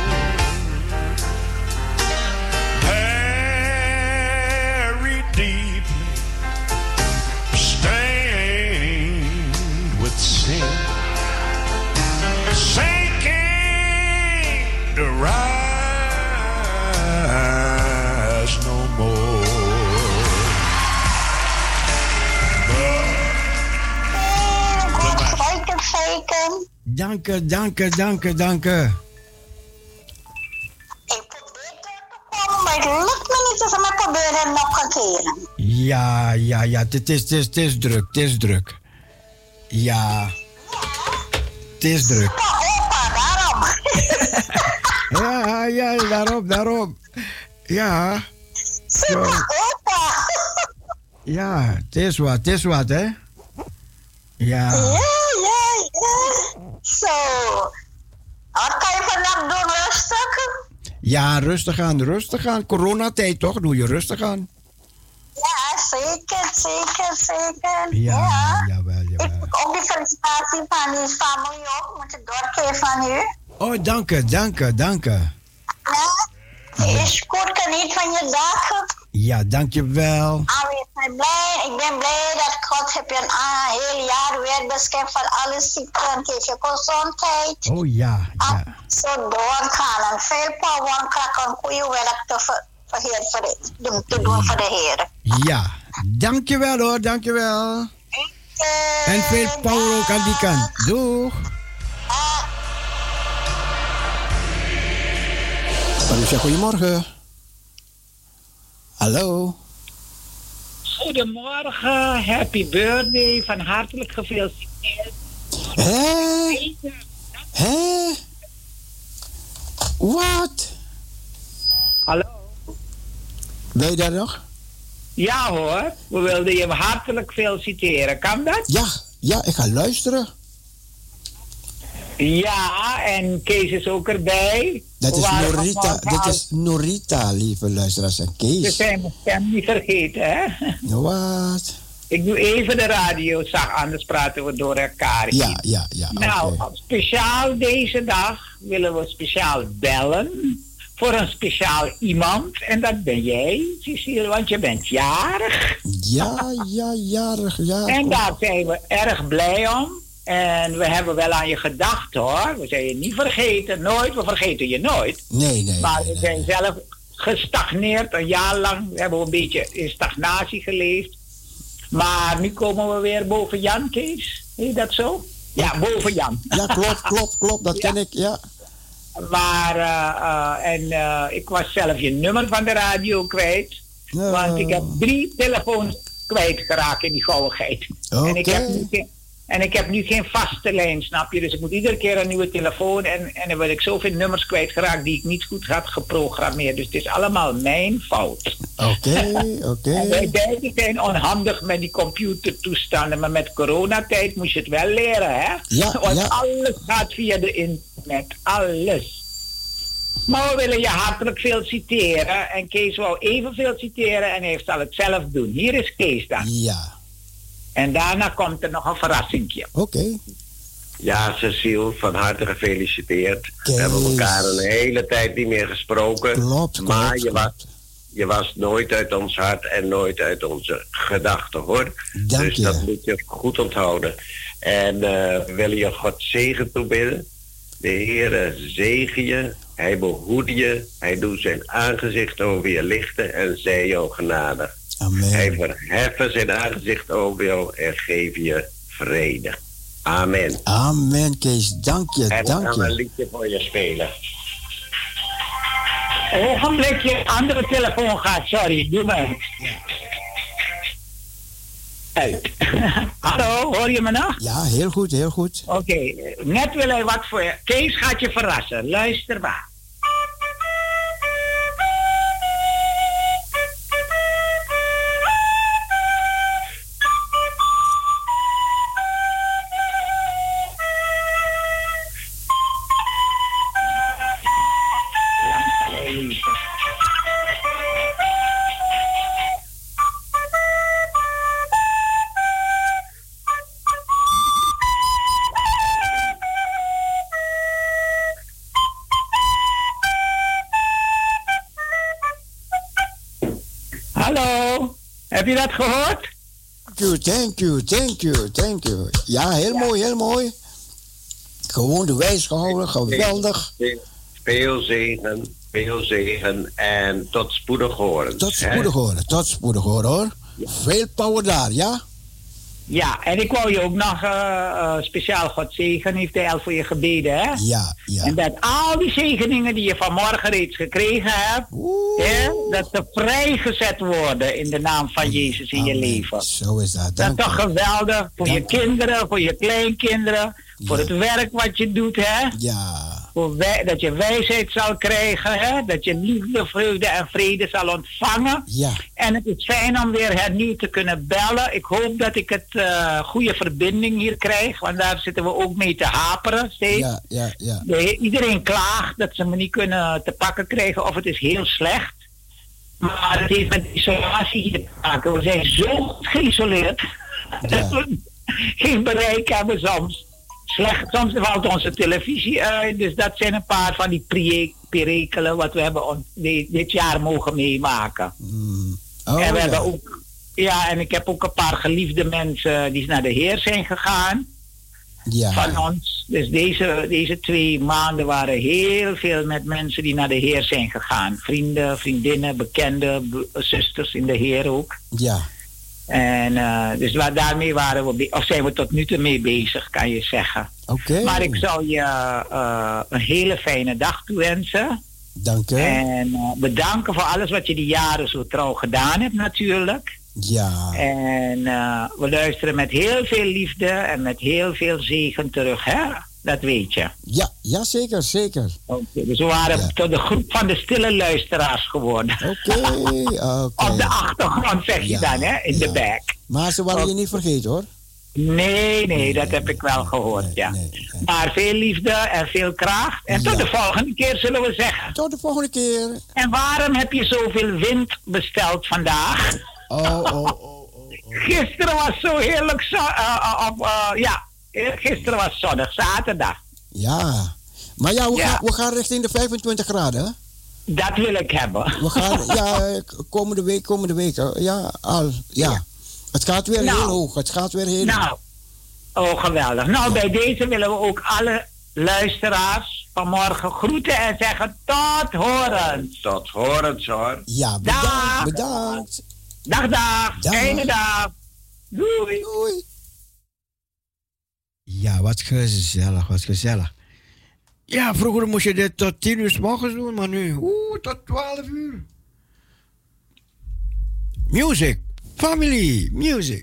Buried deeply, stained with sin, sinking to rise no more. Dank u. Maar het lukt me niet, dus we proberen nog een keer. Ja. Het is druk. Ja. Het is druk. Opa, daarom. daarom. Ja. Zo. Opa. Ja, het is wat, hè? Ja. Zo. Wat kan je vandaag doen, rustig? Ja, rustig aan. Coronatijd toch? Doe je rustig aan. Ja, zeker. Ja, jawel. Ik heb ook die felicitatie van die familie ook moeten doorgeven van u. Oh, dank u. Ja, is goed geniet van je dag. Ja, dankjewel. Ik ben blij dat God heb je een heel jaar weer beschermd van alle ziekten en geeft je gezondheid. Oh ja. Zo doorgaan en veel power en kracht en goede werk te doen voor de Heer. Ja, dankjewel hoor, dankjewel. En veel power ook aan die kant. Doeg. Parousia, goedemorgen. Hallo. Goedemorgen, happy birthday, van hartelijk gefeliciteerd. Hé? Wat? Hallo? Ben je daar nog? Ja hoor, we wilden je hartelijk feliciteren, kan dat? Ja, ik ga luisteren. Ja, en Kees is ook erbij. Dat is Norita, lieve luisteraars, en Kees. We zijn mijn stem niet vergeten, hè? Wat? Ik doe even de radio zacht, anders praten we door elkaar heen. Ja. Nou, oké. speciaal deze dag willen we speciaal bellen voor een speciaal iemand. En dat ben jij, Cecile, want je bent jarig. Ja, jarig, ja. En daar zijn we erg blij om. En we hebben wel aan je gedacht, hoor. We zijn je niet vergeten, nooit. We vergeten je nooit. Nee. Maar we zijn zelf gestagneerd. Een jaar lang hebben we een beetje in stagnatie geleefd. Maar nu komen we weer boven Jan, Kees. Heet dat zo? Ja, boven Jan. Ja, klopt. Dat ken ik, ja. Maar, ik was zelf je nummer van de radio kwijt. Want ik heb 3 telefoons kwijtgeraakt in die gauwigheid. En ik heb nu geen vaste lijn, snap je? Dus ik moet iedere keer een nieuwe telefoon. En dan word ik zoveel nummers kwijtgeraakt die ik niet goed had geprogrammeerd. Dus het is allemaal mijn fout. Oké. En wij beiden zijn onhandig met die computertoestanden. Maar met coronatijd moest je het wel leren, hè? Want alles gaat via de internet. Alles. Maar we willen je hartelijk veel citeren. En Kees wou evenveel citeren en hij zal het zelf doen. Hier is Kees dan. Ja. En daarna komt er nog een verrassingje. Oké. Ja, Cecile, van harte gefeliciteerd. We hebben elkaar een hele tijd niet meer gesproken. Klopt. Je was nooit uit ons hart en nooit uit onze gedachten, hoor. Dank je. Dat moet je goed onthouden. En we willen je God zegen toebidden. De Heere zegen je. Hij behoede je. Hij doet zijn aangezicht over je lichten en zij jou genadig. Amen. Hij verheffen zijn aangezicht over jou en geef je vrede. Amen. Amen, Kees. Dank je. En ik ga een liedje voor je spelen. Ogenblikje, andere telefoon gaat, sorry, doe maar. Uit. Hallo, hoor je me nog? Ja, heel goed. Oké, net wil hij wat voor je. Kees gaat je verrassen, luister maar. Hallo, heb je dat gehoord? Thank you. Ja, heel mooi. Gewoon de wijs gehouden, geweldig. Veel zegen en tot spoedig horen. Tot spoedig horen, hoor. Veel power daar, ja? Ja, en ik wou je ook nog speciaal God zegen, heeft hij al voor je gebeden, hè? Ja. En dat al die zegeningen die je vanmorgen reeds gekregen hebt, hè, dat ze vrijgezet worden in de naam van Jezus in je leven. Zo is dat. Dat is toch geweldig voor je kinderen, voor je kleinkinderen, voor het werk wat je doet, hè? Ja. Dat je wijsheid zal krijgen, hè? Dat je liefde, vreugde en vrede zal ontvangen. Ja. En het is fijn om weer hernieuwd te kunnen bellen. Ik hoop dat ik het goede verbinding hier krijg, want daar zitten we ook mee te haperen steeds. Ja. Iedereen klaagt dat ze me niet kunnen te pakken krijgen of het is heel slecht. Maar het heeft met isolatie hier te maken. We zijn zo goed geïsoleerd dat we geen bereik hebben soms. Soms valt onze televisie uit. Dus dat zijn een paar van die perikelen wat we hebben dit jaar mogen meemaken. En we hebben ook, en ik heb ook een paar geliefde mensen die naar de Heer zijn gegaan. Ja. Van ons. Dus deze 2 maanden waren heel veel met mensen die naar de Heer zijn gegaan. Vrienden, vriendinnen, bekenden, zusters in de Heer ook. Ja. En dus daarmee zijn we tot nu toe mee bezig, kan je zeggen. Oké. Maar ik zou je een hele fijne dag toewensen. Dank je. En bedanken voor alles wat je die jaren zo trouw gedaan hebt natuurlijk. Ja. En we luisteren met heel veel liefde en met heel veel zegen terug, hè? Dat weet je. Ja, zeker. Okay, dus we waren tot de groep van de stille luisteraars geworden. Oké. Op de achtergrond zeg je dan, hè? In de back. Maar ze waren je niet vergeten, hoor. Nee, dat heb ik wel gehoord, nee. Maar veel liefde en veel kracht. En tot de volgende keer, zullen we zeggen. Tot de volgende keer. En waarom heb je zoveel wind besteld vandaag? Gisteren was zo heerlijk gisteren was zonnig, zaterdag. Ja. Maar ja, we gaan richting de 25 graden, hè? Dat wil ik hebben. We gaan, komende week. Ja. Het gaat weer heel hoog. Het gaat weer heel hoog. Oh, geweldig. Nou, bij deze willen we ook alle luisteraars vanmorgen groeten en zeggen tot horens. Tot horens, hoor. Ja, bedankt. Dag. Einde dag. Doei. Ja, wat gezellig. Ja, vroeger moest je dit tot 10 uur 's morgens doen, maar nu, tot 12 uur. Music, family, music.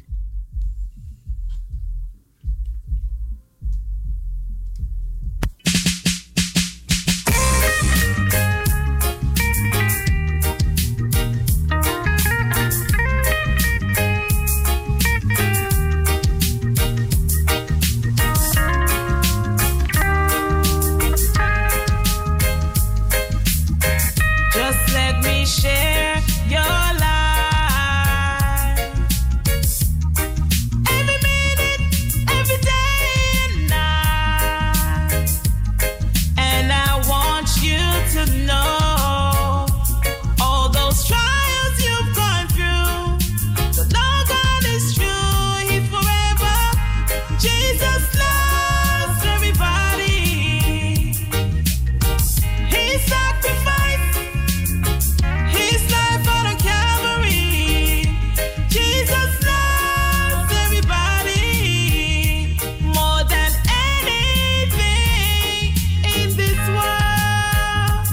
Just let me share your life. Every minute, every day and night. And I want you to know all those trials you've gone through. The Lord God is true, He forever. Jesus loves everybody. He sacrificed His life on Calvary. Jesus loves everybody more than anything in this world.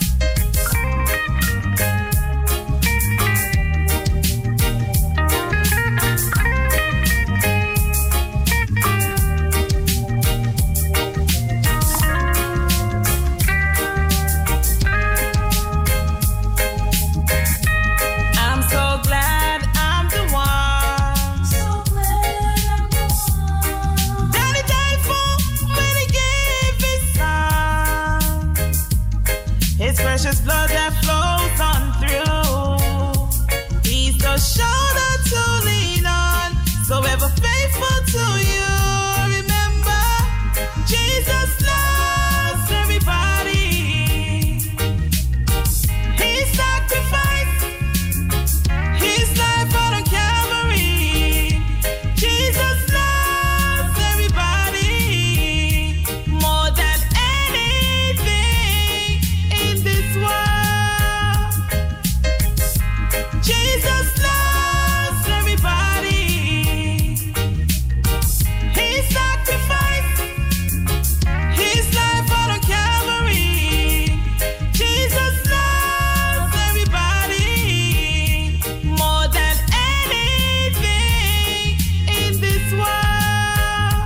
I'm so glad I'm the one. That He died for when He gave His Son. His precious blood that flows on through. He's the shoulder to lean on, so ever faithful to you. Remember, Jesus loves everybody. He sacrificed His life on Calvary. Jesus loves everybody more than anything in this world. Jesus loves everybody. He sacrificed His life on Calvary. Jesus loves everybody more than anything in this world.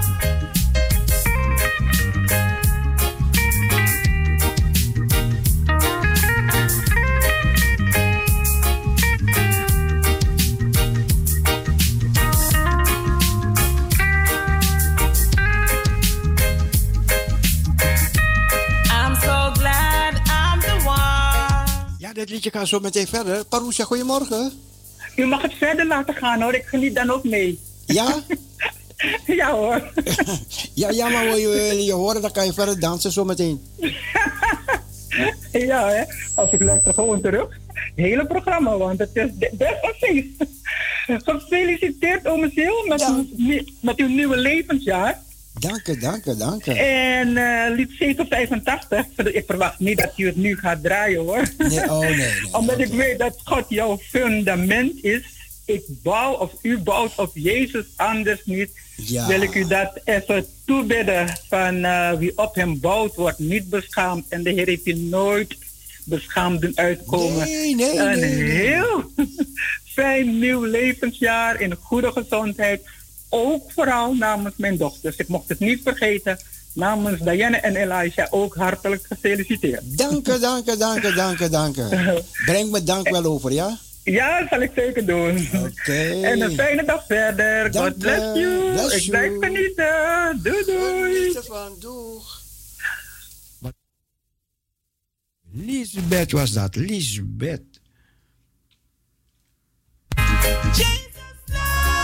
I'm so glad I'm the one. Ja, dit liedje gaat zo meteen verder. Parousia, goedemorgen. U mag het verder laten gaan hoor, ik geniet dan ook mee. Ja? Ja hoor. Ja, maar wil je horen, dan kan je verder dansen zo meteen. Ja hè, als ik luister gewoon terug. Het hele programma, want het is best een feest. Gefeliciteerd ome Sil met uw nieuwe levensjaar. Dank je. En lied 785, ik verwacht niet dat u het nu gaat draaien hoor. Nee. Omdat ik weet dat God jouw fundament is. Ik bouw of u bouwt op Jezus, anders niet. Ja. Wil ik u dat even toebidden van wie op hem bouwt wordt niet beschaamd. En de Heer heeft u nooit beschaamd doen uitkomen. Nee. Een heel fijn nieuw levensjaar in goede gezondheid. Ook vooral namens mijn dochters. Ik mocht het niet vergeten. Namens Diane en Elijah ook hartelijk gefeliciteerd. Dank je. Breng me dank wel over, ja? Ja, dat zal ik zeker doen. Oké. En een fijne dag verder. God bless you. Ik blijf genieten. Doei. Doeg. Lisbeth was dat, Lisbeth. Jesus loves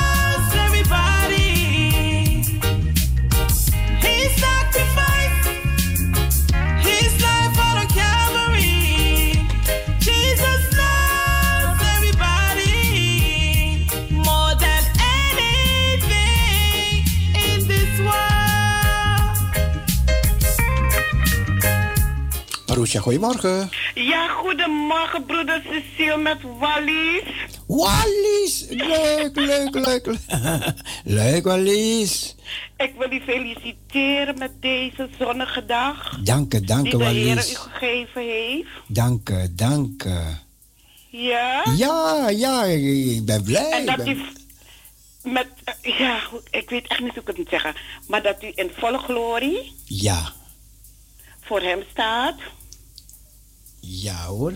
Parousia, goedemorgen. Ja, goedemorgen, broeder Cecile met Wallis. Wallis, leuk. Leuk, Wallis. Ik wil u feliciteren met deze zonnige dag. Dank u, die de Wallis. Heer u gegeven heeft. Dank u. Ja? Ja, ik ben blij. En dat u met, ik weet echt niet hoe ik het moet zeggen, maar dat u in volle glorie ja. voor hem staat. Ja hoor.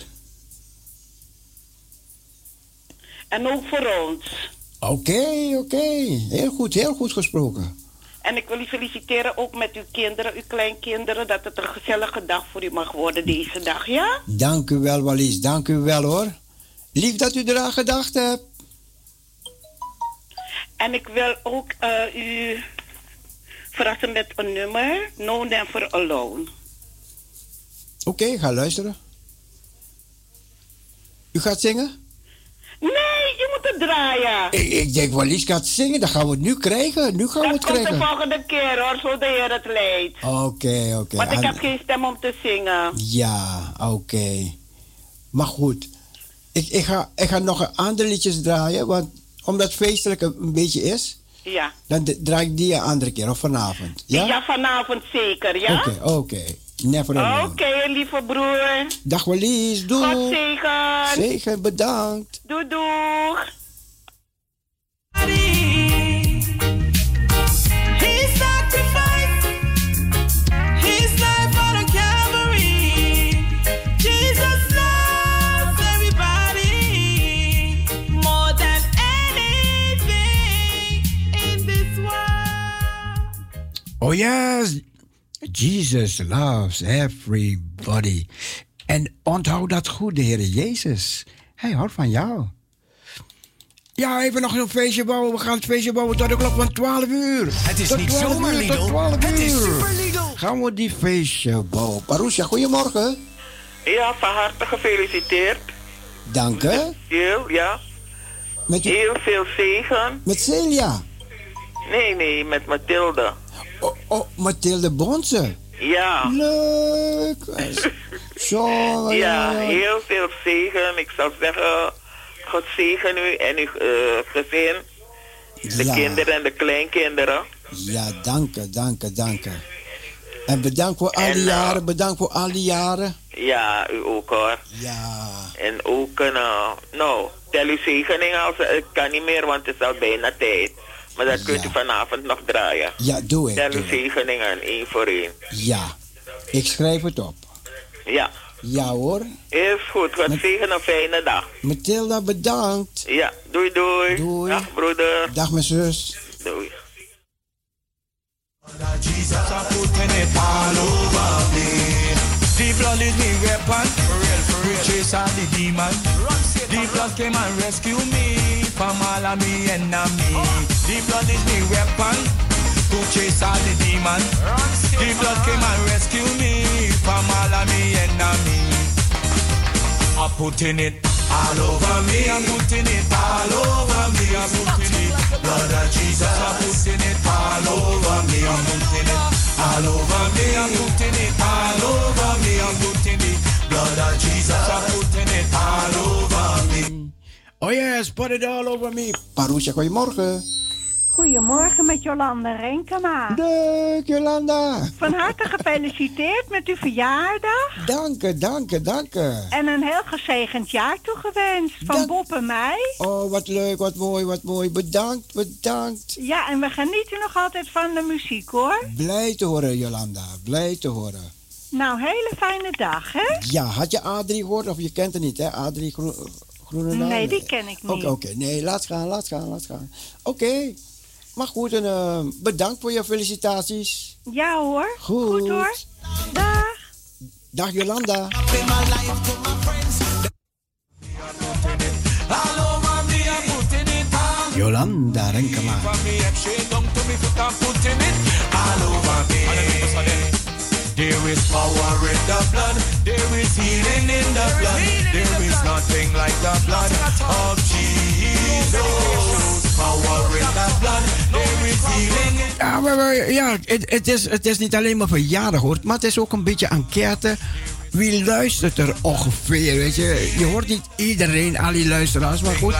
En ook voor ons. Oké. Heel goed gesproken. En ik wil u feliciteren ook met uw kinderen, uw kleinkinderen, dat het een gezellige dag voor u mag worden deze dag, ja? Dank u wel, Wallis. Dank u wel hoor. Lief dat u eraan gedacht hebt. En ik wil ook u verrassen met een nummer, No Never Alone. Oké, ga luisteren. U gaat zingen? Nee, je moet het draaien. Ik denk, Wallis gaat zingen, dan gaan we het nu krijgen. Nu gaan we het dat komt krijgen. de volgende keer hoor, zo de Heer het leidt. Oké. Want ik heb geen stem om te zingen. Ja, oké. Maar goed, ik ga nog een ander liedjes draaien, want omdat het feestelijk een beetje is, ja. Dan draai ik die een andere keer of vanavond. Ja, ja vanavond zeker, ja? Oké. Never alone. Oké, lieve broer. Dag Wallis, doei. God zegen. Zegen, bedankt. Doei. He sacrificed his life on a Calvary. Jesus loves everybody more than anything in this world. Oh yes, Jesus loves everybody. En onthoud dat goed, de Heer Jezus. Hij houdt van jou. Ja, even nog een feestje bouwen. We gaan het feestje bouwen tot de klok van 12 uur. Het is tot niet 12 zomaar uur, Lidl, tot 12 het is uur. super Lidl. Gaan we die feestje bouwen. Parousia, goedemorgen. Ja, van harte gefeliciteerd. Dank u. Ja. Met heel veel zegen. Met Celia? Nee, met Mathilde. Oh, Mathilde Bonse. Ja. Leuk. Zo. Ja, heel veel zegen. Ik zou zeggen, God zegen u en uw gezin. De kinderen en de kleinkinderen. Ja, dank u. En bedankt voor al die jaren, Ja, u ook hoor. Ja. En ook, tel uw zegening als ik kan niet meer, want het is al bijna tijd. Maar dat kunt u vanavond nog draaien. Ja, doe ik. Tel uw zegeningen één voor één. Ja, ik schrijf het op. Ja. Ja hoor. Is goed, wat zegen, een fijne dag. Mathilda, bedankt. Ja, doei. Dag broeder. Dag mijn zus. Doei. Jesus, I put in it all over me. The blood is me weapon, for real. Chase all the demon. The blood came and rescue me from all of me enemies. The blood is me weapon, to chase all the demon. The blood came and rescue me from all of me enemies. I'm putting it all over me. I'm putting it all over me. I'm putting it, blood of Jesus. I'm putting it all over me. I'm putting it all over me. I'm putting it all over me. I'm putting it, blood of Jesus. I'm putting it all over me. Oh yes, put it all over me. Parousia, goedemorgen. Goedemorgen met Jolanda Renkema. Leuk, Jolanda. Van harte gefeliciteerd met uw verjaardag. Dank u. En een heel gezegend jaar toegewenst van Bob en mij. Oh, wat leuk, wat mooi. Bedankt. Ja, en we genieten nog altijd van de muziek, hoor. Blij te horen, Jolanda. Blij te horen. Nou, hele fijne dag, hè? Ja, had je Adrie gehoord? Of je kent het niet, hè? Adrie Groenendaal? Nee, die ken ik niet. Oké. Nee, laat gaan. Oké. Maar goed, en bedankt voor je felicitaties. Ja hoor. Goed hoor. Dag. Dag Jolanda. Jolanda Renkema. There is power in the blood, there is healing in the blood, there is nothing like the blood of Jesus. Power in the blood, there is healing in Ja, het is niet alleen maar verjaardag hoor, maar het is ook een beetje enquête Wie luistert er ongeveer, weet je? Je hoort niet iedereen, al die luisteraars, maar goed.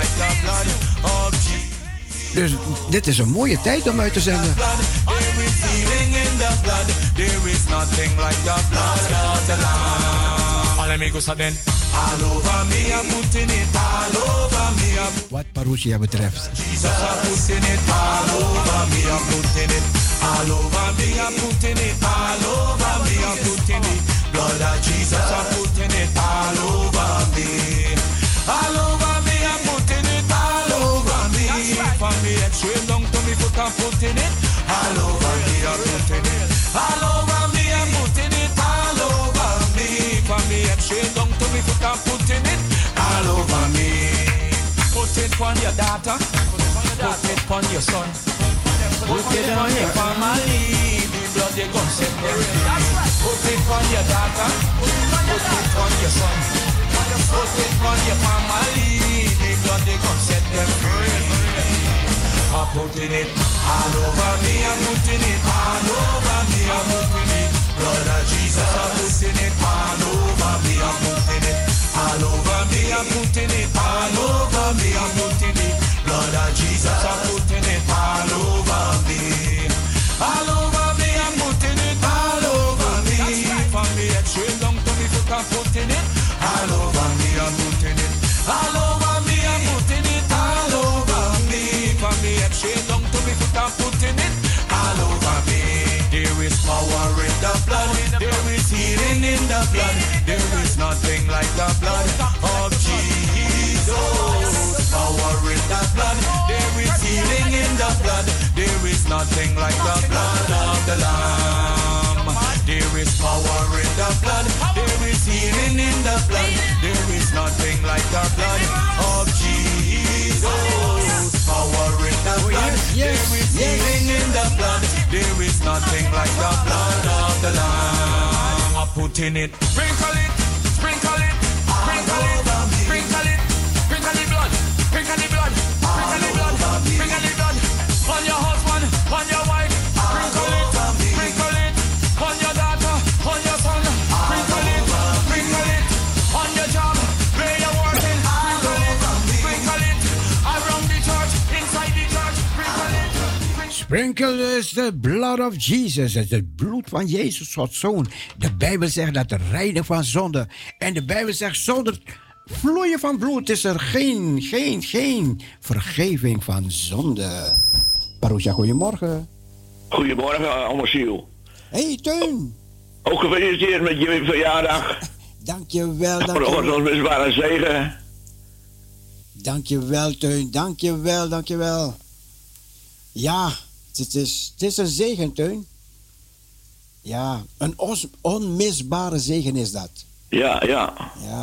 Dus dit is een mooie tijd om uit te zenden. There is healing in the blood. There is nothing like the blood of the Lamb. All amigos are then. All over me, I'm putting it all over me. Wat parousia betreft. Jesus, I'm putting it all over me. I'm putting it all over me. I'm putting it all over me. I'm putting it. Blood of Jesus, I'm putting it all over me. All over me, I'm putting it all over me. From the extreme down to me foot, I'm putting it all over me. I'm putting it all over me. I'm putting it all over me. From the extreme down to me foot, I'm putting it all over me. Put it on your daughter, put it on your son, put it on your family. The blood they gon' set them free. Put it on your daughter, put it on your son, put it on your family. The blood they gon' set them free. I'm putting it all over me. I'm putting it all over me. I'm putting it, blood of Jesus. I'm putting it all over me. I'm putting it all over me. I'm putting it all over me. I'm putting it, blood of Jesus. I'm putting it all over me. All over me. I'm putting it all over me. From me extreme down to me foot, I'm putting it all over me. I'm putting it all over me. I'm putting it all over me. From me extreme down to me foot, I'm putting it all over me. There is power in the blood. There is healing in the blood. There is nothing like the blood of Jesus. Power in the blood. There is healing in the blood. There is nothing like the blood of the Lamb. There is power in the blood. There is healing in the blood. There is nothing like the blood of Jesus. Power in the blood. There is healing in the blood. There is nothing like the blood of the Lamb. I'm putting it, sprinkle it, sprinkle it, sprinkle it, sprinkle it, sprinkle the blood, sprinkle the blood, sprinkle the blood, sprinkle the blood on your husband, on your wife, sprinkle it, sprinkle it on your daughter, on your son, sprinkle it on your job, where you're working, sprinkle it around the church, inside the church, sprinkle it. Sprinkle is the blood of Jesus. Het is het bloed van Jezus, Gods Zoon. De Bijbel zegt dat de reine van zonde. En de Bijbel zegt zonder vloeien van bloed is er geen vergeving van zonde. Parousia, goedemorgen. Goedemorgen, Amosiel. Hey, Teun. Ook gefeliciteerd met je verjaardag. Dankjewel. Voor ons misbare zegen. Dankjewel, Teun. Dankjewel. Ja, het is een zegen, Teun. Ja, een onmisbare zegen is dat. Ja.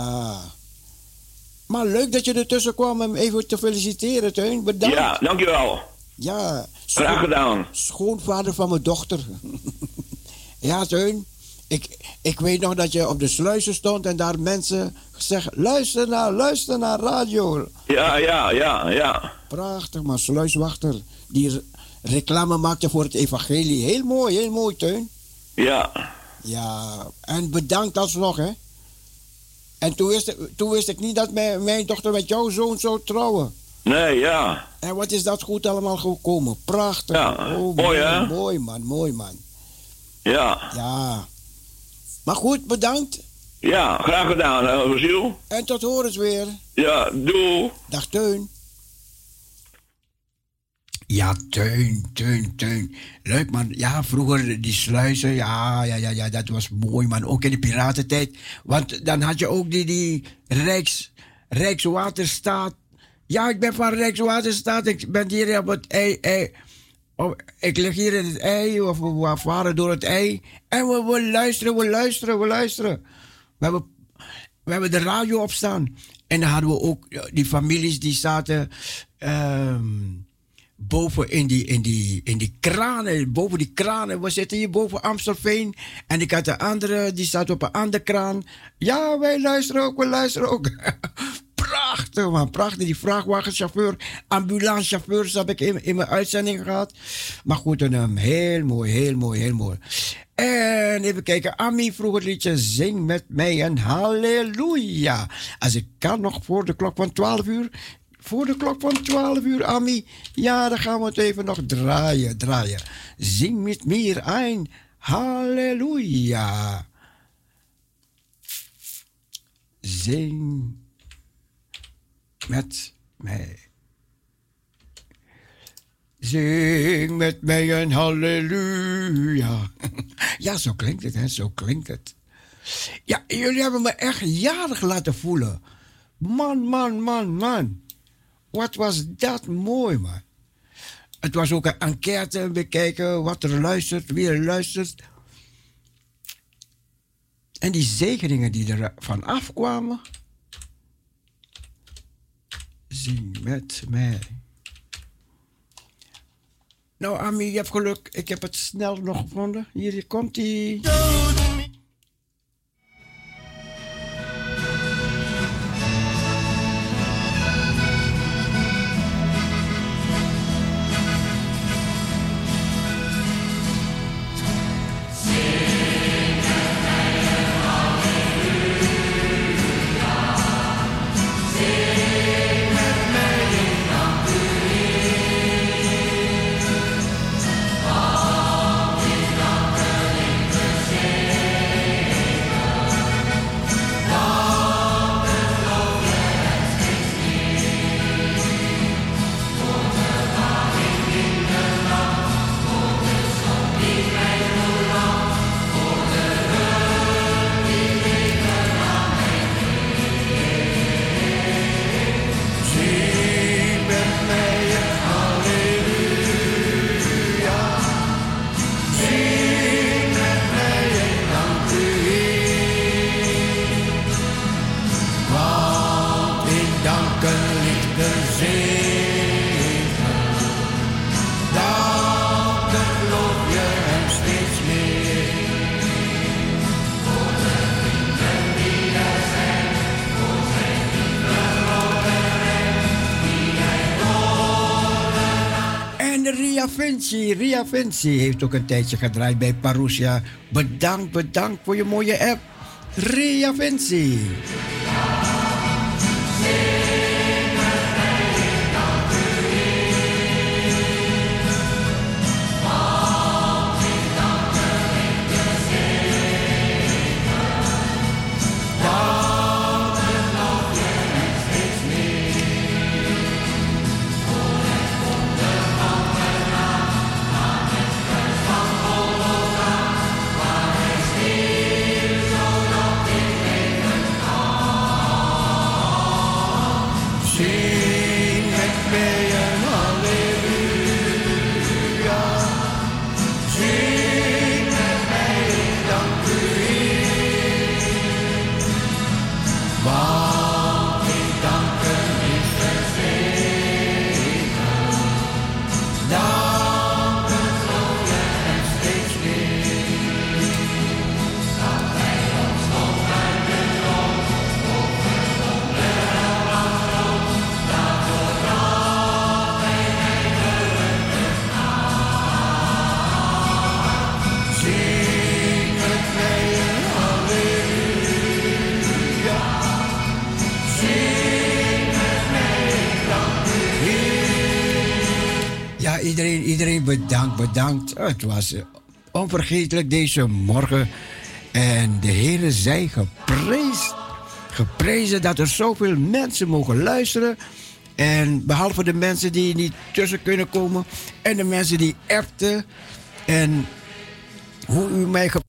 Maar leuk dat je ertussen kwam om even te feliciteren, Teun. Bedankt. Ja, dankjewel. Ja. Graag gedaan. Schoonvader van mijn dochter. Ja, Teun. Ik weet nog dat je op de sluizen stond en daar mensen zeggen... Luister naar radio. Ja. Prachtig, maar sluiswachter die reclame maakte voor het evangelie. Heel mooi, Teun. Ja. Ja, en bedankt alsnog, hè. En toen wist ik niet dat mijn dochter met jouw zoon zou trouwen. Nee, ja. En wat is dat goed allemaal gekomen. Prachtig. Ja, mooi, hè? Mooi, man. Ja. Maar goed, bedankt. Ja, graag gedaan, Giel. En tot horens weer. Ja, doei. Dag, Teun. Ja, Teun. Leuk, man. Ja, vroeger die sluizen. Ja, dat was mooi, man. Ook in de piratentijd. Want dan had je ook die Rijkswaterstaat. Ja, ik ben van Rijkswaterstaat. Ik ben hier op het ei. Ik lig hier in het ei, of we varen door het ei. En we luisteren. We hebben de radio op staan. En dan hadden we ook die families die zaten boven in die kranen. Boven die kranen. We zitten hier boven Amstelveen. En ik had de andere, die staat op een andere kraan. Ja, wij luisteren ook. Prachtig, man. Prachtig. Die vrachtwagenchauffeur, ambulancechauffeurs heb ik in mijn uitzending gehad. Maar goed, heel mooi. En even kijken, Ami vroeg het liedje Zing met mij en halleluja. Als ik kan nog voor de klok van 12 uur. Voor de klok van 12 uur, Ami. Ja, dan gaan we het even nog draaien. Zing met mir ein halleluja. Zing met mij. Zing met mij een halleluja. Ja, zo klinkt het, hè? Zo klinkt het. Ja, jullie hebben me echt jarig laten voelen. Man. Wat was dat mooi, man. Het was ook een enquête, bekijken wat er luistert, wie er luistert. En die zegeningen die er van afkwamen. Zing met mij. Nou, Ami, je hebt geluk. Ik heb het snel nog gevonden. Hier komt hij. Ria Vinci heeft ook een tijdje gedraaid bij Parousia. Bedankt voor je mooie app. Ria Vinci. Iedereen bedankt. Het was onvergetelijk deze morgen. En de Heere zij geprezen dat er zoveel mensen mogen luisteren. En behalve de mensen die niet tussen kunnen komen. En de mensen die appten. En hoe u mij